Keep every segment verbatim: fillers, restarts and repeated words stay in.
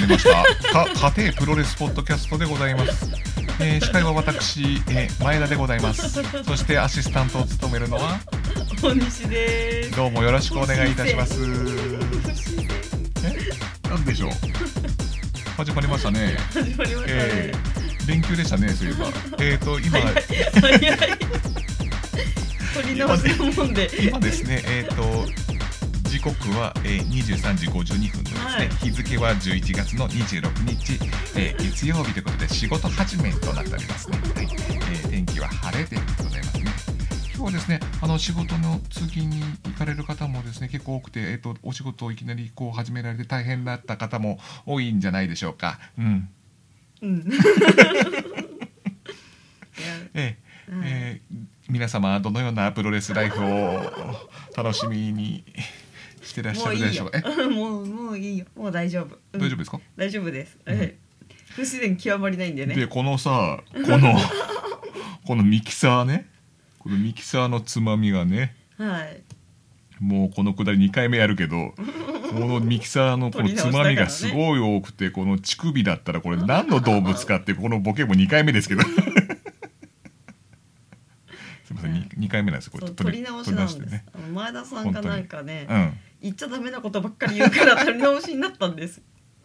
りましたか家庭プロレスポッドキャストでございます、えー、司会は私、えー、前田でございます。そしてアシスタントを務めるのは大西です。 どうもよろしくお願いいたします。えなんでしょう始まりましたね。 始まりましたね、 えー、連休でしたね。そういえばえーと今取り直しのもんで今ですねえーと時刻は、えー、にじゅうさんじごじゅうにふんのですね、はい、日付はじゅういちがつのにじゅうろくにち、えー、月曜日ということで仕事始めとなっておりますね、はいえー、天気は晴れでございますね。今日はですねあの仕事の通勤に行かれる方もですね結構多くて、えーと、お仕事をいきなりこう始められて大変だった方も多いんじゃないでしょうか。うんうんえーうんえー、皆様どのようなプロレスライフを楽しみにしてらっしゃるでしょうか。 もうもういいよもう大丈夫、 うん、大丈夫ですか。 大丈夫です、うん、不自然極まりないんでね。 でこのさこのこのミキサーねこのミキサーのつまみがね、はい、もうこのくだりにかいめやるけどこのミキサーのこのつまみがすごい多くて、この乳首だったらこれ何の動物かってこのボケもにかいめですけどすみません 2, にかいめなんですよ。これ取り直しなんです、ね、あの前田さんがなんかね、うん、言っちゃダメなことばっかり言うから取り直しになったんです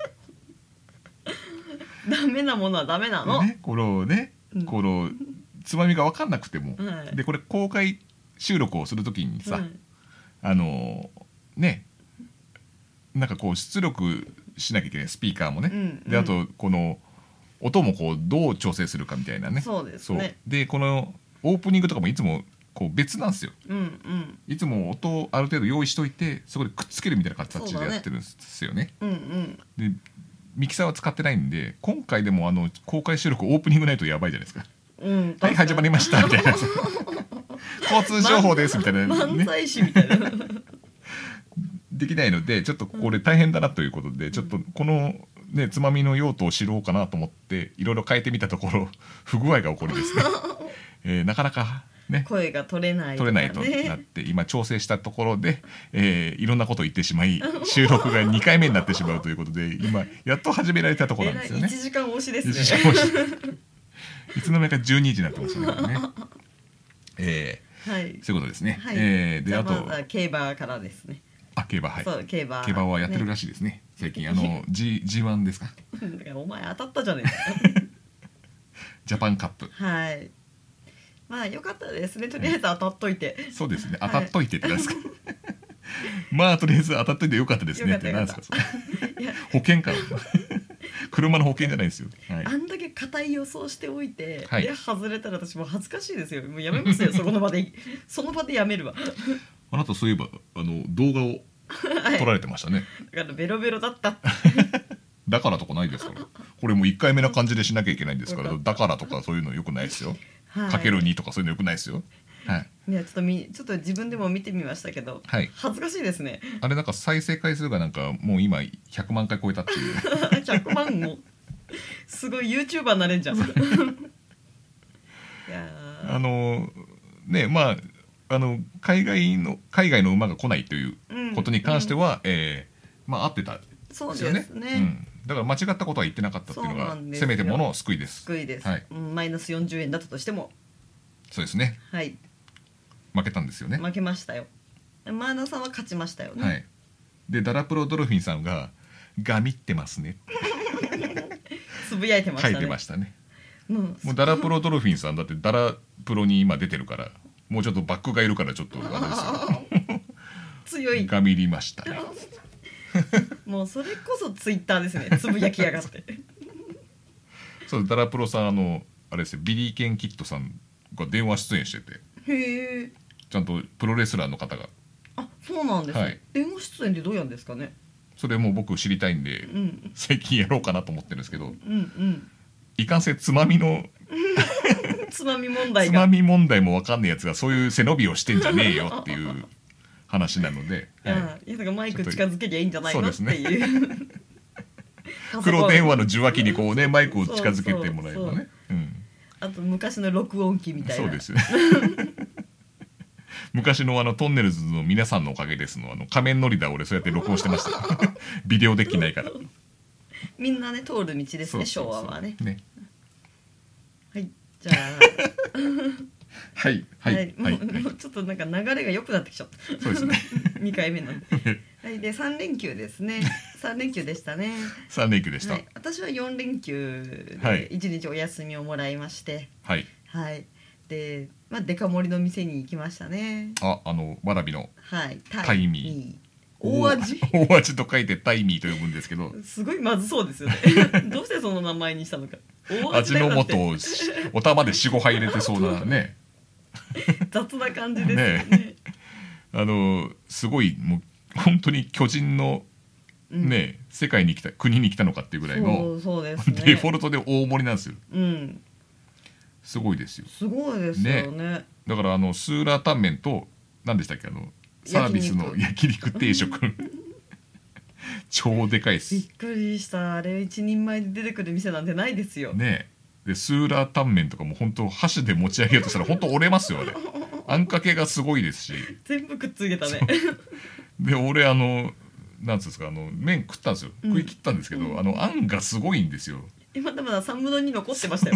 ダメなものはダメなの、 ね、このね、うん、このつまみが分かんなくても、はい、でこれ公開収録をするときにさ、はい、あのねなんかこう出力しなきゃいけないスピーカーもね、うんうん、であとこの音もこうどう調整するかみたいなね。 そうですね。 でこのオープニングとかもいつもこう別なんですよ、うんうん、いつも音をある程度用意しといてそこでくっつけるみたいな形でやってるんですよ ね, ね、うんうん、でミキサーは使ってないんで今回でもあの公開収録オープニングないとやばいじゃないですか、うん、はい始まりましたみたいな交通情報ですみたいな、ね、 漫才師みたいなできないのでちょっとこれ大変だなということで、うん、ちょっとこのねつまみの用途を知ろうかなと思っていろいろ変えてみたところ不具合が起こりですねえー、なかなか、ね、 声が取れないとか、ね、 取れないとなって今調整したところで、えー、いろんなことを言ってしまい収録がにかいめになってしまうということで今やっと始められたところなんですよね。 いちじかん押しですね。 いちじかん押しいつの間にかじゅうにじになってましたねえーはい、そういうことですね、はいえー、であとま競馬からですね。 あ競馬はいそう競馬、 競馬はやってるらしいですね、ね最近あの G ジーワン ですかだからお前当たったじゃねえかジャパンカップはいまあ良かったですね。とりあえず当たっといて、 はい、そうですね当たっといてってなんですか、はい、まあとりあえず当たっといて良かったですねってなんですかそれ保険か車の保険じゃないですよ、はい、 あんだけ固い予想しておいて、はい、いや外れたら私もう恥ずかしいですよ。もうやめますよそこの場でその場でやめるわあなたそういえばあの動画を撮られてましたね、はい、 だからベロベロだっただからとかないですからこれもういっかいめな感じでしなきゃいけないんですからだからとかそういうのよくないですよ、はい、かけるにとかそういうのよくないですよ、はい、 いやちょっとみちょっと自分でも見てみましたけど、はい、恥ずかしいですね。 あれなんか再生回数がなんかもう今ひゃくまんかい超えたっていうひゃくまんもすごい YouTuber になれんじゃんいやあのねまああの海外の海外の馬が来ないということに関しては、うんうんえー、まあ合ってたんですよね。そうですね、うんだから間違ったことは言ってなかったっていうのがせめてもの救いです。 救いです、はいうん、マイナスよんじゅうえんだったとしてもそうですね、はい、負けたんですよね。 負けましたよ。前田さんは勝ちましたよね、 はい、でダラプロドルフィンさんがガミってますねつぶやいてましたね。 書いてましたね、うん、もうダラプロドルフィンさんだってダラプロに今出てるからもうちょっとバックがいるからちょっとあれですよ強いガミりましたねもうそれこそツイッターですねつぶやきやがってそうダラプロさんあのあれですよビリー・ケン・キッドさんが電話出演しててへえちゃんとプロレスラーの方があそうなんですね、はい、電話出演ってどうやるんですかね。 それも僕知りたいんで、うん、最近やろうかなと思ってるんですけど、うんうん、いかんせんつまみのつまみ問題がつまみ問題も分かんないやつがそういう背伸びをしてんじゃねえよっていう話なのでいや、はい、いやマイク近づけりゃいいんじゃないのっていう、ね、 黒電話の受話器にこうねマイクを近づけてもらえばねうん、 あと昔の録音機みたいなそうですね昔のあのトンネルズの皆さんのおかげですのあの仮面ノリダー俺そうやって録音してましたビデオデッキないからみんなね通る道ですね、昭和はね。 ね。 はい、じゃあはいはいはい、もう、はい、もうちょっとなんか流れが良くなってきちゃった。 そうですね。 にかいめなんで。はい、でさん連休ですね。さん連休でしたね。 さん連休でした。はい、 私はよん連休でいちにちお休みをもらいまして、はい、はい、で、まあデカ盛りの店に行きましたね。 あ、あのわらびの、 はい、 タイミー。 大味大味と書いてタイミーと呼ぶんですけど、 すごいまずそうですよね。どうしてその名前にしたのか。 味の素をお玉で よん,ご 杯入れてそうなね雑な感じですよね。ね、 あのすごいもう本当に巨人のね、うん、世界に来た国に来たのかっていうぐらいの、 そうですね、 デフォルトで大盛りなんですよ。 うん、 すごいですよ。 すごいですよね。 ね、だからあのスーラータンメンと何でしたっけ、あのサービスの焼肉定食超でかいです。 びっくりした。あれ一人前で出てくる店なんてないですよね。でスーラータンメンとかも本当箸で持ち上げようとしたら本当折れますよあれ。あんかけがすごいですし、 全部くっついてたね。 で俺あのなんつうんですか、あの麺食ったんですよ、うん、食い切ったんですけど、うん、あのあんがすごいんですよ。 まだまださんぶんのに残ってましたよ。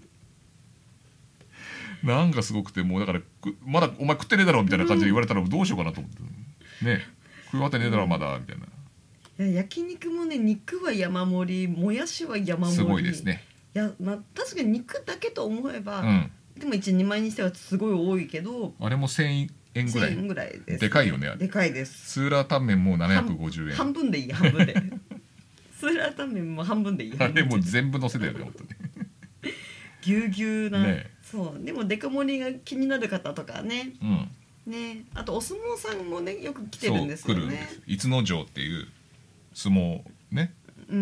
あんがすごくて、もうだからまだお前食ってねえだろみたいな感じで言われたらどうしようかなと思って、うん、ね、食い終わってねえだろまだみたいな。 いや焼肉もね、肉は山盛り、もやしは山盛り、 すごいですね。 いや、まあ、確かに肉だけと思えば、うん、でもいちにんまえにしてはすごい多いけど、 あれもせんえんぐらい、 せんえんぐらいです、ね、 でかいよねあれ。 でかいです。 スーラータンメンもななひゃくごじゅうえん、 半分でいい、半分でスーラータンメンも半分でいい。 あれもう全部乗せだよね本当に。 ぎゅうぎゅうな、 ね、 そうでもデカ盛りが気になる方とかね、 うん、 ね、あとお相撲さんもねよく来てるんですよね。そう来るんです。 逸ノ城っていう相撲ね。 うんうん、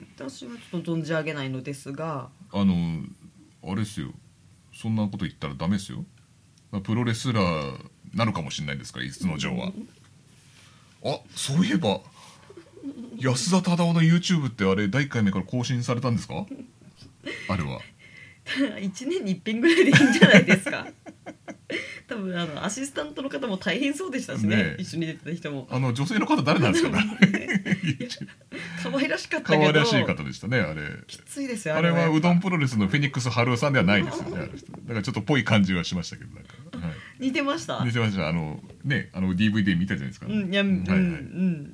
私はちょっと存じ上げないのですが、 あのあれですよ、そんなこと言ったらダメですよ。プロレスラーなのかもしれないですから、逸ノ城は。あ、そういえば安田忠雄の YouTube ってあれだいいっかいめから更新されたんですか？あれはいちねんにいっぺんぐらいでいいんじゃないですか。多分あのアシスタントの方も大変そうでしたし ね, ね一緒に出てた人も。 あの女性の方誰なんですかね。 可愛らしかったけど、 可愛らしい方でしたねあれ。 きついですよあれは。あれはうどんプロレスのフェニックス春夫さんではないですよね。あれだからちょっとぽい感じはしましたけど、なんか、はい、 似てました。 似てました。あのね、あの ディーブイディー 見たじゃないですか。 うん、いや、はいはい、うん、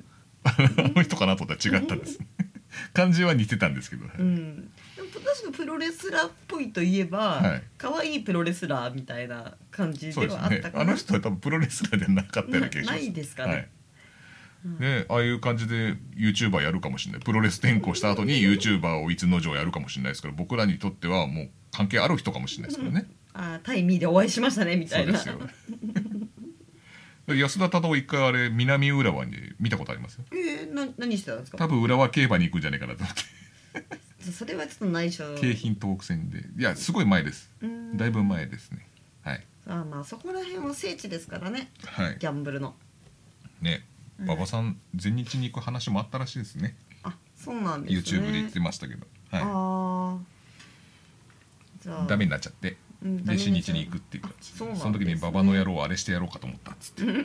あの人かなと思ったら違ったんです。感じは似てたんですけど、はい、うん、 確かプロレスラーっぽいといえば、はい、可愛いプロレスラーみたいな感じではあったかな。 ね、あの人は多分プロレスラーではなかったような気がします。 ないですかね。はい、 うん、ね、ああいう感じで YouTuber やるかもしれない。プロレス転向した後に YouTuber を逸ノ城やるかもしれないですから、僕らにとってはもう関係ある人かもしれないですからね。 ああ、タイミーでお会いしましたねみたいな。そうですよ。安田忠雄一回あれ南浦和に見たことありますよ。 えー、な何してたんですか？ 多分浦和競馬に行くんじゃないかなと思って。 それはちょっと内緒。 京浜東北線で、いやすごい前です。だいぶ前ですね。はい。 あ、まあそこら辺は聖地ですからね。 はい。 ギャンブルの。 ね、馬場さん全日に行く話もあったらしいですね。 あ、そうなんですね。 YouTube で言ってましたけど。はい。ああ。 じゃあダメになっちゃって。で新日に行くっていう感じ。そ, ね、その時に馬場の野郎をあれしてやろうかと思ったっつって、うん、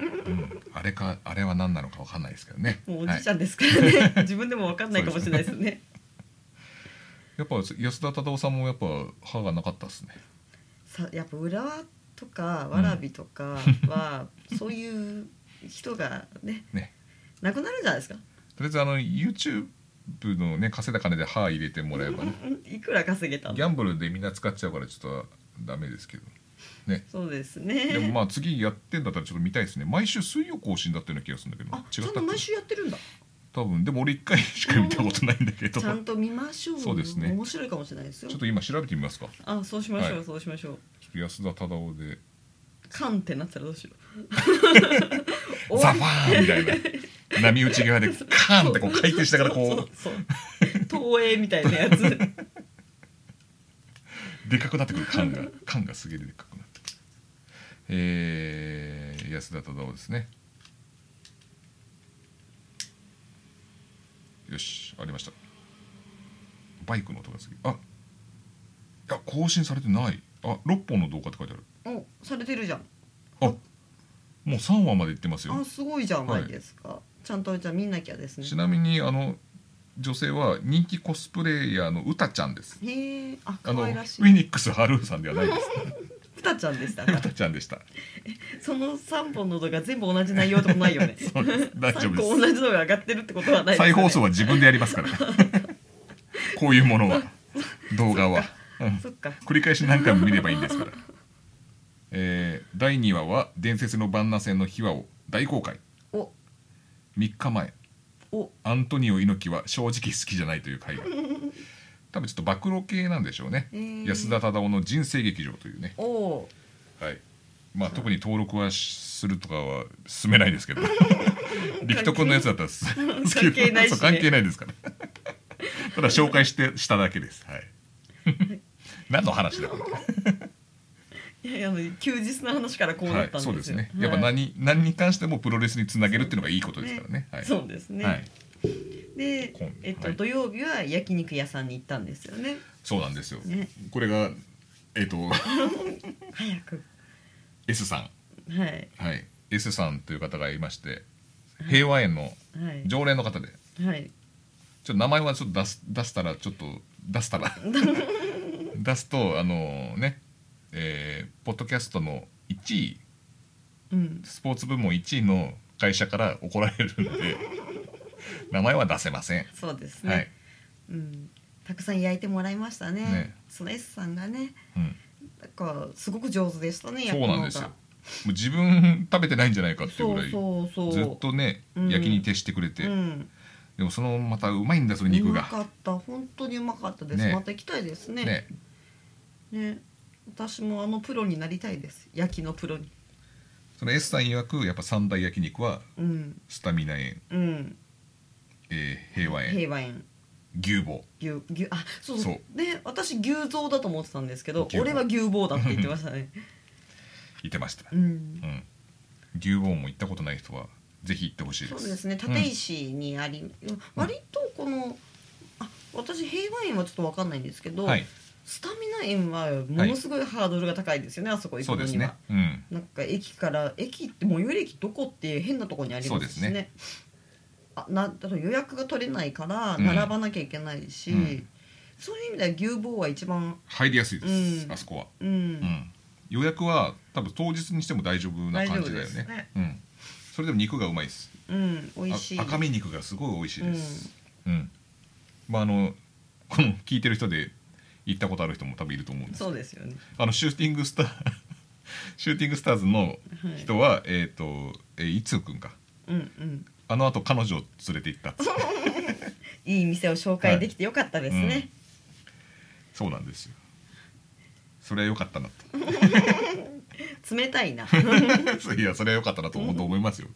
あれかあれは何なのか分かんないですけどね。 もうおじいちゃんですからね、はい、自分でも分かんないかもしれないですね。 やっぱ安田忠雄さんもやっぱ歯がなかったですね。 さやっぱ浦和とか蕨とかは、うん、そういう人が ね, ねなくなるんじゃないですか。とりあえずあの YouTubeのね稼いだ金で歯入れてもらえばね。 いくら稼げたの？ ギャンブルでみんな使っちゃうからちょっとダメですけどね。 そうですね。 でもまあ次やってんだったらちょっと見たいですね。毎週水曜更新だったような気がするんだけど。 あ、ちゃんと毎週やってるんだ。 多分でも俺いっかいしか見たことないんだけど。 ちゃんと見ましょう。 そうですね。 面白いかもしれないですよ。 ちょっと今調べてみますか。 あ、そうしましょう、はい、そうしましょう。 ちょっと安田忠雄で。 カンってなったらどうしよう。ザファーンみたいな。波打ち際でカーンってこう回転しながらこう。そうそうそう東映みたいなやつ。 でかくなってくる缶が缶がすげえでかくなってくる。えー、安田忠雄ですね。よし、ありました。バイクの音がすげえ。あ、いや更新されてない。あ、ろっぽんの動画って書いてある。 お、されてるじゃん。 あ、もうさんわまでいってますよ。 あ、すごいじゃないですか、はい、ちゃんとじゃあ見なきゃですね。 ちなみにあの女性は人気コスプレイヤーのうたちゃんです。 へえ、あ、可愛らしい。 あのウィニックスハルーさんではないです。 うたちゃんでした。うたちゃんでした。 そのさんぼんの動画全部同じ内容でもないよね。 そうです。大丈夫です。 さんこ同じ動画上がってるってことはないですね。再放送は自分でやりますから。こういうものは動画は、うん、そっか。繰り返し何回も見ればいいんですから。えー、だいにわは伝説の万那戦の秘話を大公開。お。みっかまえ。お。アントニオ猪木は正直好きじゃないという回が。多分ちょっと暴露系なんでしょうね、えー、安田忠雄の人生劇場というね、お、はい、まあ特に登録はするとかは進めないですけど力斗君のやつだったら関係ないし、ね、関係ないですからただ紹介してしただけです、はい、何の話だこれいや、あの休日の話からこうなったんですよ、はい、そうですね、 やっぱ 何, 何に関してもプロレスにつなげるっていうのがいいことですからね、 そうですね、はい、で、えっと、はい、土曜日は焼肉屋さんに行ったんですよね。 そうなんですよ、ね、これがえっと早く S さん、 はい、 はい、S さんという方がいまして、平和園の常連の方で、はい、ちょっと名前はちょっと出す出したらちょっと出したら出すとあのね、えー、ポッドキャストのいちい、うん、スポーツ部門いちいの会社から怒られるんで名前は出せません。 そうですね、はい、うん、たくさん焼いてもらいました ね, ねその S さんがね、うん、なんかすごく上手でしたね。 そうなんですよ。もう自分食べてないんじゃないかっていうぐらいそうそうそうずっとね、うん、焼きに徹してくれて、うん、でもそのまたうまいんだその肉が。 うまかった、本当にうまかったです、ね、また行きたいですね。ねね、私もあのプロになりたいです、焼きのプロに。 その S さん曰くやっぱ三大焼肉は、うん、スタミナ園、うん、えー、平和園、 平和園、 牛棒、 牛牛あそうそうで、私牛像だと思ってたんですけど、俺は牛棒だって言ってましたね言ってました、うんうん、牛棒も行ったことない人はぜひ行ってほしいです。 そうですね、立石にあり、うん、割とこのあ私平和園はちょっと分かんないんですけど、はい、スタミナ園はものすごいハードルが高いですよね、はい、あそこ行くのには。そうですね、うん、なんか駅から駅って最寄り駅どこって変なところにありますし ね, ねあなだ予約が取れないから並ばなきゃいけないし、うん、そういう意味では牛棒は一番入りやすいです、うん、あそこは、うんうん、予約は多分当日にしても大丈夫な感じだよ ね, ね、うん、それでも肉がうまいです、うん、美味しい。赤身肉がすごい美味しいです、うんうん、まああのこの聞いてる人で行ったことある人も多分いると思うんです。 そうですよね。 あのシューティングスターシューティングスターズの人は、はい、えっ、ー、と、えー、いつくんか、うんうん、あの後彼女を連れて行ったっつっていい店を紹介できてよかったですね、はい、うん、 そうなんですよ。それは良かったなと冷たいないやそれは良かったなと思いますよ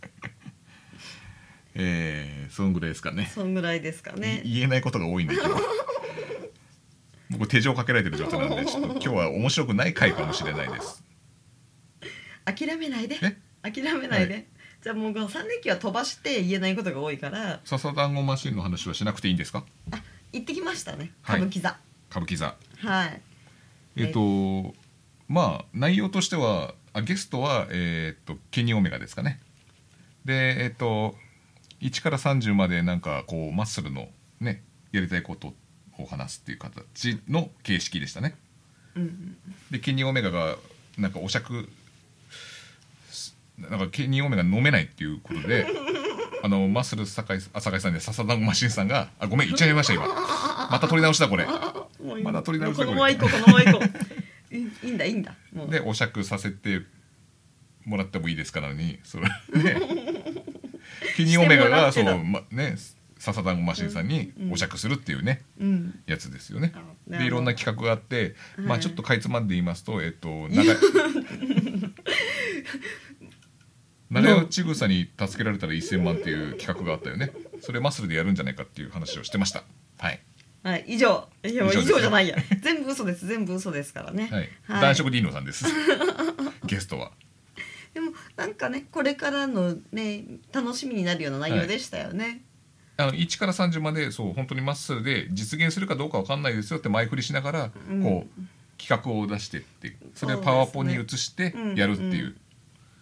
えー、そんぐらいですかね。 そんぐらいですかね。 言えないことが多いんで今日僕手錠かけられてる状態なんでちょっと今日は面白くない回かもしれないです。 諦めないで諦めないで、はい、じゃあもうさん連休は飛ばして言えないことが多いから笹団子マシンの話はしなくていいんですか。 あ、行ってきましたね、歌舞伎座、はい、 歌舞伎座、 はい、 えっ、ー、とまあ内容としてはあゲストは、えー、とケニーオメガですかね。でえっ、ー、といちからさんじゅうまでなんかこうマッスルのねやりたいことを話すっていう形の形式でしたね、うんうん、でケニーオメガがなんかお酌なんかケニーオメガ飲めないっていうことであのマッスル酒井酒井さんで笹団子マシンさんがあごめん言っちゃいました今また取り直しだこれまだ取り直しだこれこのまま行こうこのまま行こういいんだいいんだもうでお酌させてもらってもいいですからにそれねケニーオメガがそう、ま、ね笹団子マシンさんにお酌するっていうね、うん、やつですよね、うん、でいろんな企画があって、まあ、ちょっとかいつまんで言いますと、えっと長い長与千草に助けられたらせんまんっていう企画があったよね。それマッスルでやるんじゃないかっていう話をしてました。はい、はい、 以上。いや以上、以上じゃないや全部嘘です全部嘘ですからね、 はいはい、男色ディーノさんですゲストは。 でもなんかねこれからのね楽しみになるような内容でしたよね、 はい、あのいちからさんじゅうまでそう本当にマッスルで実現するかどうか分かんないですよって前振りしながら、うん、こう企画を出してってそれをパワポに移してやるっていう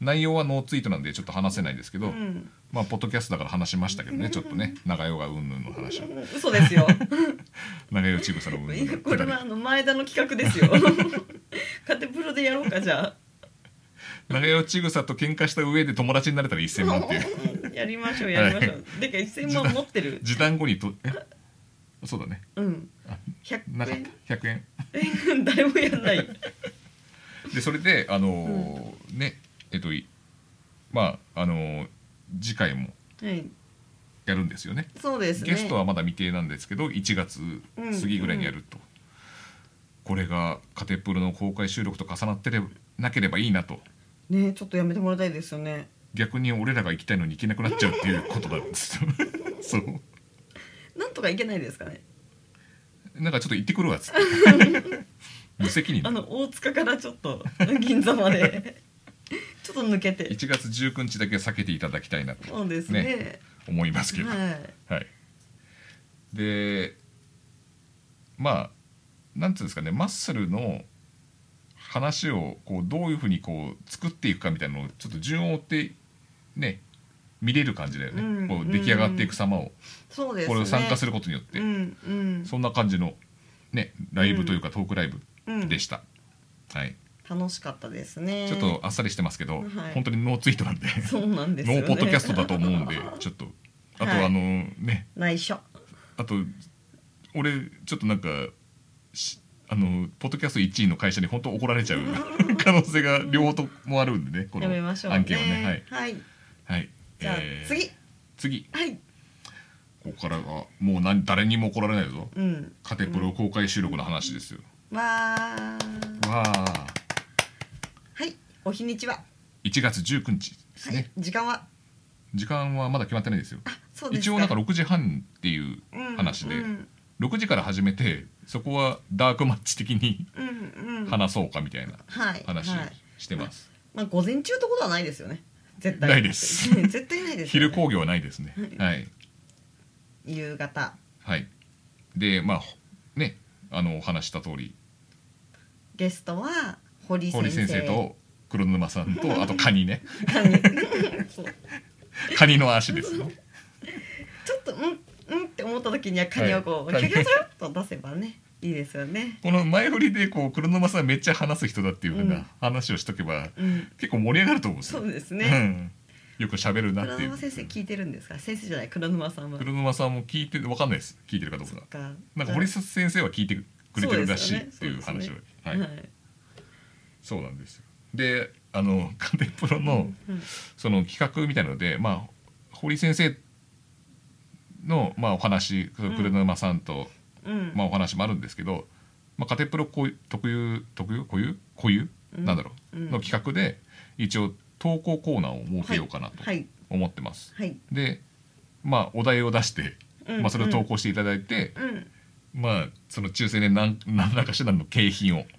内容はノーツイートなんでちょっと話せないですけど、 うん、 まあポッドキャストだから話しましたけどね、ちょっとね長与がうんぬんの話を嘘ですよ長与ちぐさのうんぬんのこれはあの前田の企画ですよカテプロでやろうかじゃあ長与ちぐさと喧嘩した上で友達になれたらせんまんっていうやりましょうやりましょう、はい、でかせんまん持ってる時短後にとえそうだねうんひゃくえんひゃくえん誰もやんないでそれであのーうん、ねえっとまああのー、次回もやるんですよね、 はい、そうですね。 ゲストはまだ未定なんですけどいちがつ過ぎぐらいにやると、うんうん、これがカテプロの公開収録と重なってれなければいいなとね、ちょっとやめてもらいたいですよね。 逆に俺らが行きたいのに行けなくなっちゃうっていうことなんですよそうなんとか行けないですかね。 なんかちょっと行ってくるわっつって無責任あの大塚からちょっと銀座までちょっと抜けていちがつじゅうくにちだけ避けていただきたいなと、 そうですね、ね思いますけど、 はいはい、でまあなんていうんですかね、マッスルの話をこうどういうふうにこう作っていくかみたいなのをちょっと順を追ってね見れる感じだよね、うん、こう出来上がっていく様を、 そうですね、 これを参加することによって、 うんうん、 そんな感じのねライブというかトークライブでした、 うん、はい、楽しかったですね。 ちょっとあっさりしてますけど、はい、本当にノーツイートなんでそうなんですよね、 ノーポッドキャストだと思うんでちょっとあと、はい、あのね内緒あと俺ちょっとなんかあのポッドキャストいちいの会社に本当怒られちゃう可能性が両方ともあるんでね、この案件をね、はいはい、 はい、 じゃあ、 えー、 次次、 はい、 ここからはもう何誰にも怒られないぞ、 うん、 カテプロ公開収録の話ですよ、 うん、わーわーはい、お日にちはいちがつじゅうくにちですね、 はい、時間は時間はまだ決まってないですよ。 あ、そうですか。 一応なんかろくじはんっていう話で、うんうん、ろくじから始めてそこはダークマッチ的に話そうかみたいな話してます、 はいはい、まあ、午前中ってことはないですよね、絶対ないです絶対ないです、ね、 昼興行はないですね、はい、 夕方、 はいでまあねあのお話した通りゲストは堀先生、 堀先生と黒沼さんとあとカニねカニそうカニの足ですねちょっとうんうんって思った時にはカニをこう、はい、キャキャキャッと出せばねいいですよね。 この前振りでこう黒沼さんめっちゃ話す人だっていう風な話をしとけば、うん、結構盛り上がると思うんですよ。 そうですね、 うん、よく喋るなっていう。 黒沼先生聞いてるんですか？先生じゃない黒沼さんは。 黒沼さんも聞いて分かんないです、聞いてるかどうか。かなんか堀先生は聞いてくれてるらしいっていう話を、ねね、はい、はい、そうなんですよ。であのカテプロの、うんうん、その企画みたいなので、まあ堀先生の、まあ、お話黒沼さんと、うんまあ、お話もあるんですけど、まあ、カテプロこう特有特有固有固有、うん、なんだろう、うん、の企画で一応投稿コーナーを設けようかなと思ってます、 はいはい、 で、まあ、お題を出して、うんまあ、それを投稿していただいて、うん、まあその抽選で何何らかしらの景品を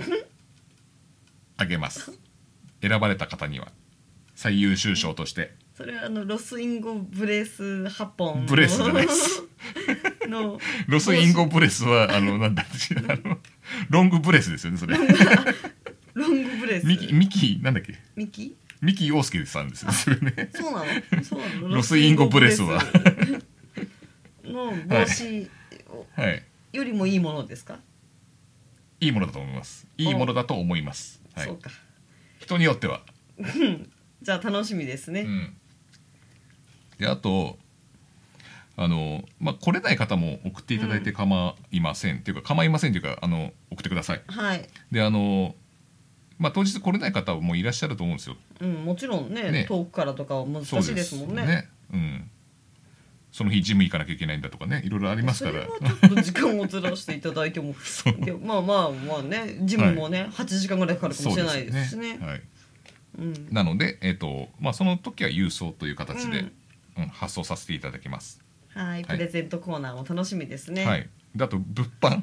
あげます選ばれた方には最優秀賞としてそれはあのロスインゴブレスはっぽんブレスじゃないですのロスインゴブレスはあのなんだあのロングブレスですよね、それロングブレスミキミキなんだっけミキミキ陽介さんですよそれね。 そうなのそうなのロスインゴブレスはの帽子よりもいいものですか？ いいものだと思います。いいものだと思います、はい、 そうか、 人によってはじゃあ楽しみですね、 うんであとあの、まあ、来れない方も送っていただいて構いません、うん、っていうか構いませんっていうかあの送ってください、 はい、 であの、まあ、当日来れない方もいらっしゃると思うんですよ、 うん、もちろん ね, ね遠くからとかは難しいですもんね。 そうですね、うん、その日ジム行かなきゃいけないんだとかね、いろいろありますから、 それはちょっと時間をずらしていただいてもでまあまあまあねジムもね、はい、はちじかんぐらいかかるかもしれないですしね、はい、うん、なので、えーとまあ、その時は郵送という形で、うんうん、発送させていただきます。 はい、はい、プレゼントコーナーも楽しみですね。 はい、であと物販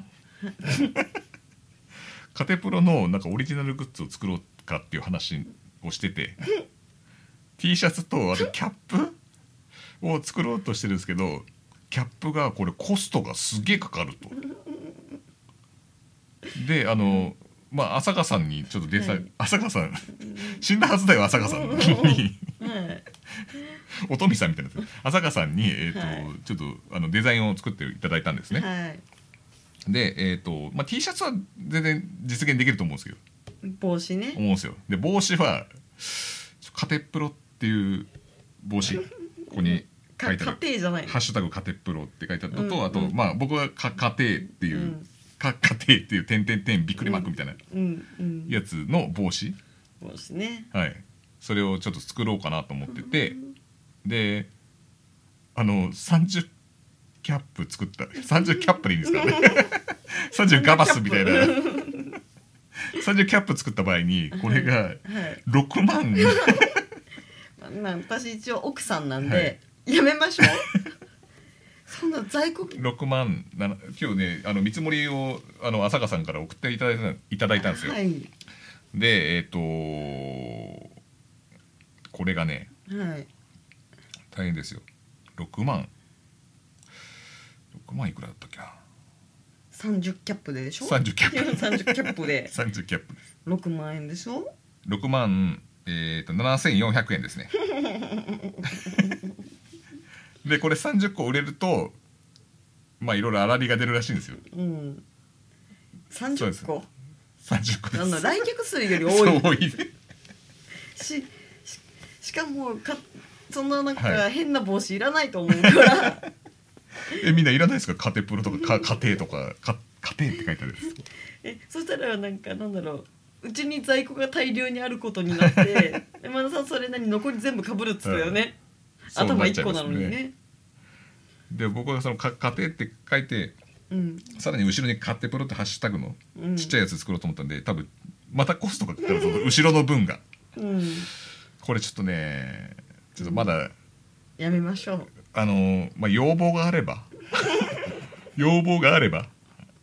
カテプロのなんかオリジナルグッズを作ろうかっていう話をしててT シャツとあとキャップを作ろうとしてるんですけど、キャップがこれコストがすげえかかるとであのまあ浅香さんにちょっとデザイン、 はい、 浅香さん死んだはずだよ浅香さんにおとみさんみたいな浅香さんに、えーとはい、ちょっとあのデザインを作っていただいたんですね、はい、で、えーとまあ、T シャツは全然実現できると思うんですけど帽子ね思うんですよ。で帽子はカテプロっていう帽子ここに書いてある家庭じゃないハッシュタグカテプロって書いてあるのと、うんうん、あとまあ僕はか家庭っていう、うんか家庭っていう点点点びっくりマークみたいなやつの帽子、 帽子ね、 はい、それをちょっと作ろうかなと思ってて、うん、であのさんじゅうキャップ作ったさんじゅうキャップでいいんですかねさんじゅうガバスみたいなさんじゅうキャップ作った場合にこれがろくまん、はいはい、 まあ、私一応奥さんなんで、はい、やめましょうそんな在庫ろくまん今日ねあの見積もりをあの浅香さんから送っていただいたいただいたんですよ、はい、でえっ、ー、とこれがね、はい、大変ですよろくまんろくまんいくらだったっけなさんじゅうキャップででしょさんじゅうキャップさんじゅうキャップでさんじゅうキャップですろくまんえんでしょろくまん、えー、とななせんよんひゃくえんですねでこれさんじゅっこ売れるとまあいろいろ粗利が出るらしいんですよ、うん、 さんじゅっこさんじゅっこですあの来客数より多い多いねし, し, しかもかそんななんか変な帽子いらないと思うから、はい、 えみんないらないですかカテプロとかか家庭とかか家庭って書いてあるんですえそしたらなんかなんだろううちに在庫が大量にあることになって山田さんそれ何残り全部かぶるっつったよね、はい頭いっこなのにね。 で僕はそのか家庭って書いて、うん、さらに後ろにカテプロってハッシュタグのちっちゃいやつ作ろうと思ったんで、うん、多分またコストがかかる後ろの分が、うん、これちょっとねちょっとまだ、うん、 やめましょうあの、まあ、要望があれば要望があれば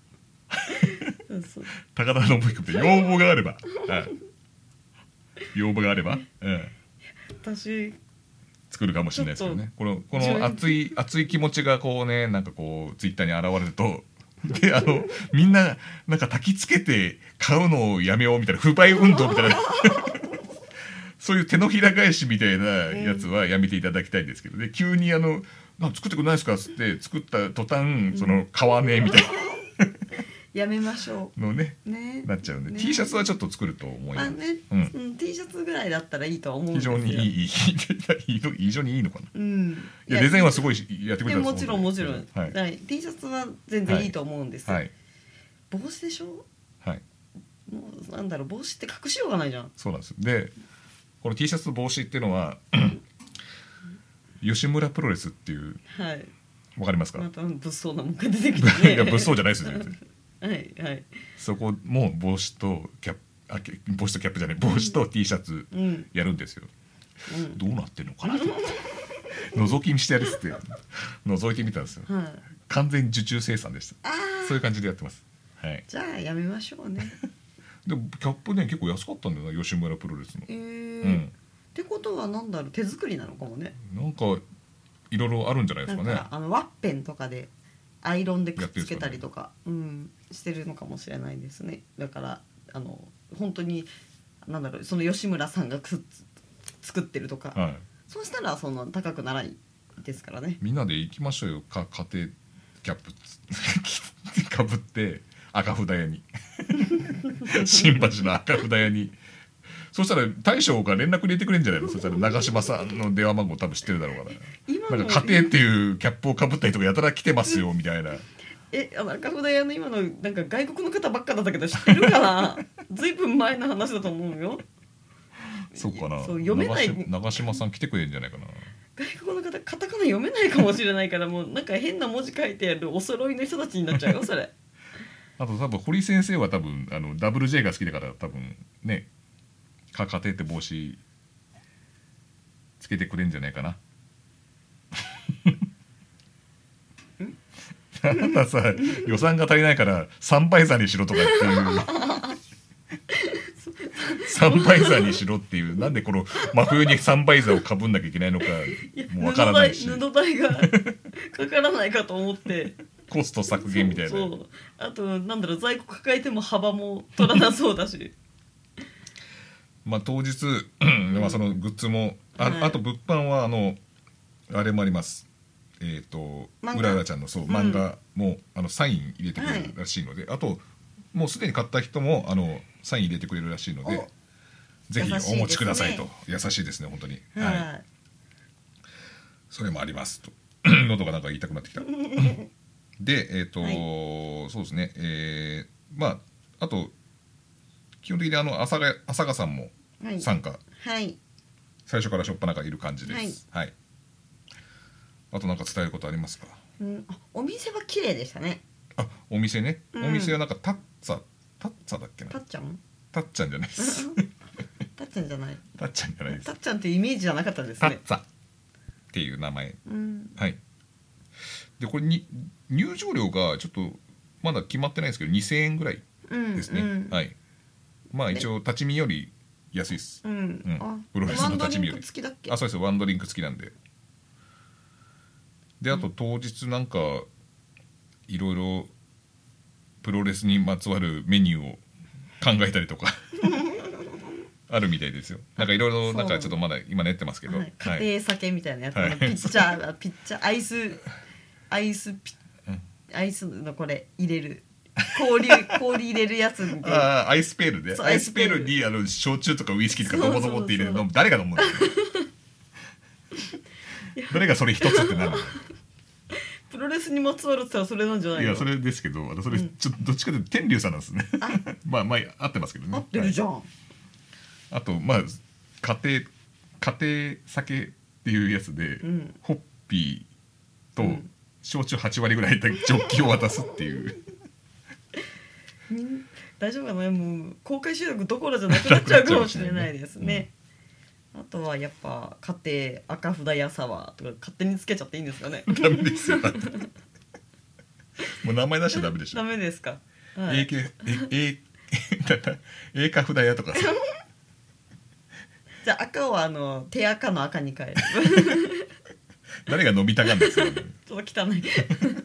高田信彦って要望があれば、はい、要望があれば、うん、 私作るかもしれないですけどねこの、この熱い熱い気持ちがこうねなんかこうツイッターに現れるとであのみんななんか焚きつけて買うのをやめようみたいな不買運動みたいなそういう手のひら返しみたいなやつはやめていただきたいんですけどね、急にあのなん作ってくれないですかっつって作った途端その買わねえみたいなやめましょうのね、ねなっちゃうんで、ね、T シャツはちょっと作ると思います。あ、ねうんうん、T シャツぐらいだったらいいとは思うんですよ。 非常にいい非常にいいのかな、うん、いやデザインはすごいやってくれたんです。 もちろんもちろん、はいはい、T シャツは全然いいと思うんですよ、はい、帽子でしょ、はい、もうなんだろう帽子って隠しようがないじゃん。 そうなんです。でこの T シャツと帽子っていうのは吉村プロレスっていう、はい、わかりますか。 また物騒なもんが出てきてねいや物騒じゃないですよ全然はいはい、そこも帽子とキャップあ帽子とキャップじゃない帽子と T シャツやるんですよ、うん、どうなってんのかなと思って覗き見してやるっつって覗いてみたんですよ、はい、完全受注生産でした。そういう感じでやってます、はい、 じゃあやめましょうねでもキャップね結構安かったんだよな吉村プロレスの、えーうん、ってことはなんだろう手作りなのかもね。 なんかいろいろあるんじゃないですかね。 なんかあのワッペンとかでアイロンでくっつけたりとか、ねうん、してるのかもしれないですね。だからあの本当になんだろうその吉村さんがく作ってるとか、はい、そうしたらそんな高くならないですからね。 みんなで行きましょうよか家庭キャップかぶって赤札屋に新橋の赤札屋にそしたら大将が連絡入れてくれるんじゃないの。そしたら長嶋さんの電話番号多分知ってるだろうからなんか家庭っていうキャップをかぶった人がやたら来てますよみたいなえあの赤札屋の今のなんか外国の方ばっかだったけど知ってるかなずいぶん前の話だと思うよ。 そうかな。 そう読めない長, 長嶋さん来てくれるんじゃないかな。 外国の方カタカナ読めないかもしれないからもうなんか変な文字書いてあるお揃いの人たちになっちゃうよそれあと多分堀先生は多分あの ダブリュージェー が好きだから多分ねか家庭って帽子つけてくれるんじゃないかなあなたさ予算が足りないからサンバイザーにしろとかっていうサンバイザーにしろっていうなんでこの真冬にサンバイザーをかぶんなきゃいけないのかもうわからないし布代がかからないかと思ってコスト削減みたいな。 そうそう、あとなんだろう、在庫抱えても幅も取らなそうだしまあ当日まあそのグッズも あ,、 はい、 あと物販はあのあれもあります。えっ、ー、とうららちゃんのそう、うん、漫画もあのサイン入れてくれるらしいので、はい、あともうすでに買った人もあのサイン入れてくれるらしいので、ぜひお持ちくださいと。優しいですね本当に、はい、はい、それもありますと喉がなんか言いたくなってきたでえっ、ー、と、はい、そうですね、えー、まああと基本的にあの朝が朝香さんも参加、 はい、 最初からしょっぱなからいる感じです、はい、はい、あとなんか伝えることありますか？ うん、あ、お店は綺麗でしたね。 あ、お店ね、うん、お店はなんかタッツァタッツァだっけな、 タッちゃんタッちゃんじゃないですタッちゃんじゃないタッちゃんじゃないです。 タッちゃんっていうイメージじゃなかったですね。 タッツァっていう名前、 うん、 はい。でこれに入場料がちょっとまだ決まってないですけどにせんえんぐらいですね、うんうん、はい。まあ一応立ち見より安いです、 うんうん、あ、 プロレスの立ち見より。 ワンドリンク付きだっけ？ あ、そうです、ワンドリンク付きなんで。であと当日なんかいろいろプロレスにまつわるメニューを考えたりとかあるみたいですよ。なんかいろいろなんかちょっとまだ今練ってますけど、はい、 家庭酒みたいなやつ、はい、ピッチャーピッチャーアイスアイスピアイスのこれ入れる氷氷入れるやつで、 あアイスペールでアイスペールにあの焼酎とかウイスキーとか飲もうと思って入れるの誰が飲むんだ誰がそれ一つってなるの？ プロレスにまつわるって言ったらそれなんじゃないの？ いやそれですけど、それちょっとどっちかというと天竜さんなんですねまあまあ合ってますけどね。 合ってるじゃん、はい、 あとまあ家庭家庭酒っていうやつで、うん、ホッピーと焼酎はち割ぐらい入ったジョッキを渡すっていう大丈夫かな、もう公開収録どころじゃなくなっちゃうかもしれないですね、うん、あとはやっぱ家庭赤札やサワーとか勝手につけちゃっていいんですかね？ ダメですよもう名前出しちゃダメでしょ。 ダメですか？ はい、A 系 A A カ札屋とかさじゃあ赤はあの手赤の赤に変える誰が飲みたがるんですか、ね、 ちょっと汚い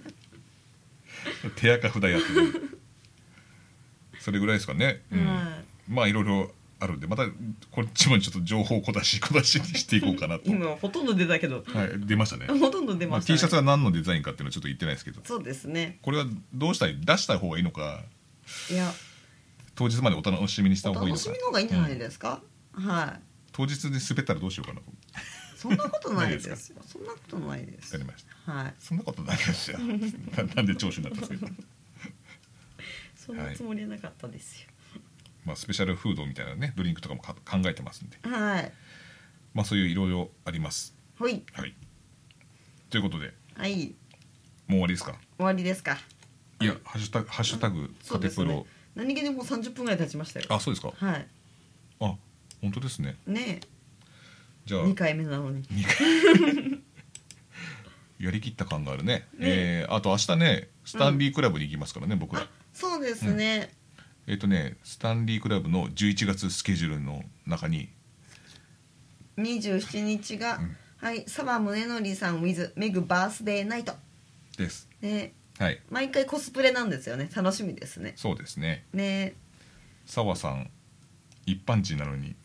手赤札屋ってそれぐらいですかね、うん、まあいろいろあるんでまたこっちもちょっと情報小出し小出しにしていこうかなと今ほとんど出たけど、 はい、出ましたねほとんど出ましたね、 まあ、T シャツは何のデザインかっていうのはちょっと言ってないですけど、 そうですね、 これはどうしたい出した方がいいのか、 いや当日までお楽しみにした方がいいのか、 お楽しみの方がいいんじゃないですか、うん、はい当日で滑ったらどうしようかなそんなことないですよそんなことないです。 わかりました、 はい、 そんなことないですよなんで聴取になったんですかそんなつもりはなかったですよ、 はい、まあ、スペシャルフードみたいなねドリンクとかも考えてますんで、 はい、 まあそういういろいろあります。 はい、 はい、ということで、 はい、 もう終わりですか？ 終わりですか？ いや、ハッシュタグハッシュタグカテプロ、ね、 何気にもうさんじゅっぷんぐらい経ちましたよ。 あ、そうですか。 はい。 あ、本当ですね。 ねえ。 じゃあにかいめなのに。 にかいやりきった感があるね。ねえー、あと明日ねスタンリークラブに行きますからね、うん、僕ら。 そうですね。 うん、えっ、ー、とねスタンリークラブのじゅういちがつスケジュールの中ににじゅうしちにちが、うん、はい澤宗則さん with メグバースデーナイトです。 ね。 はい。 毎回コスプレなんですよね。楽しみですね。 そうですね。 ね。 澤さん一般人なのに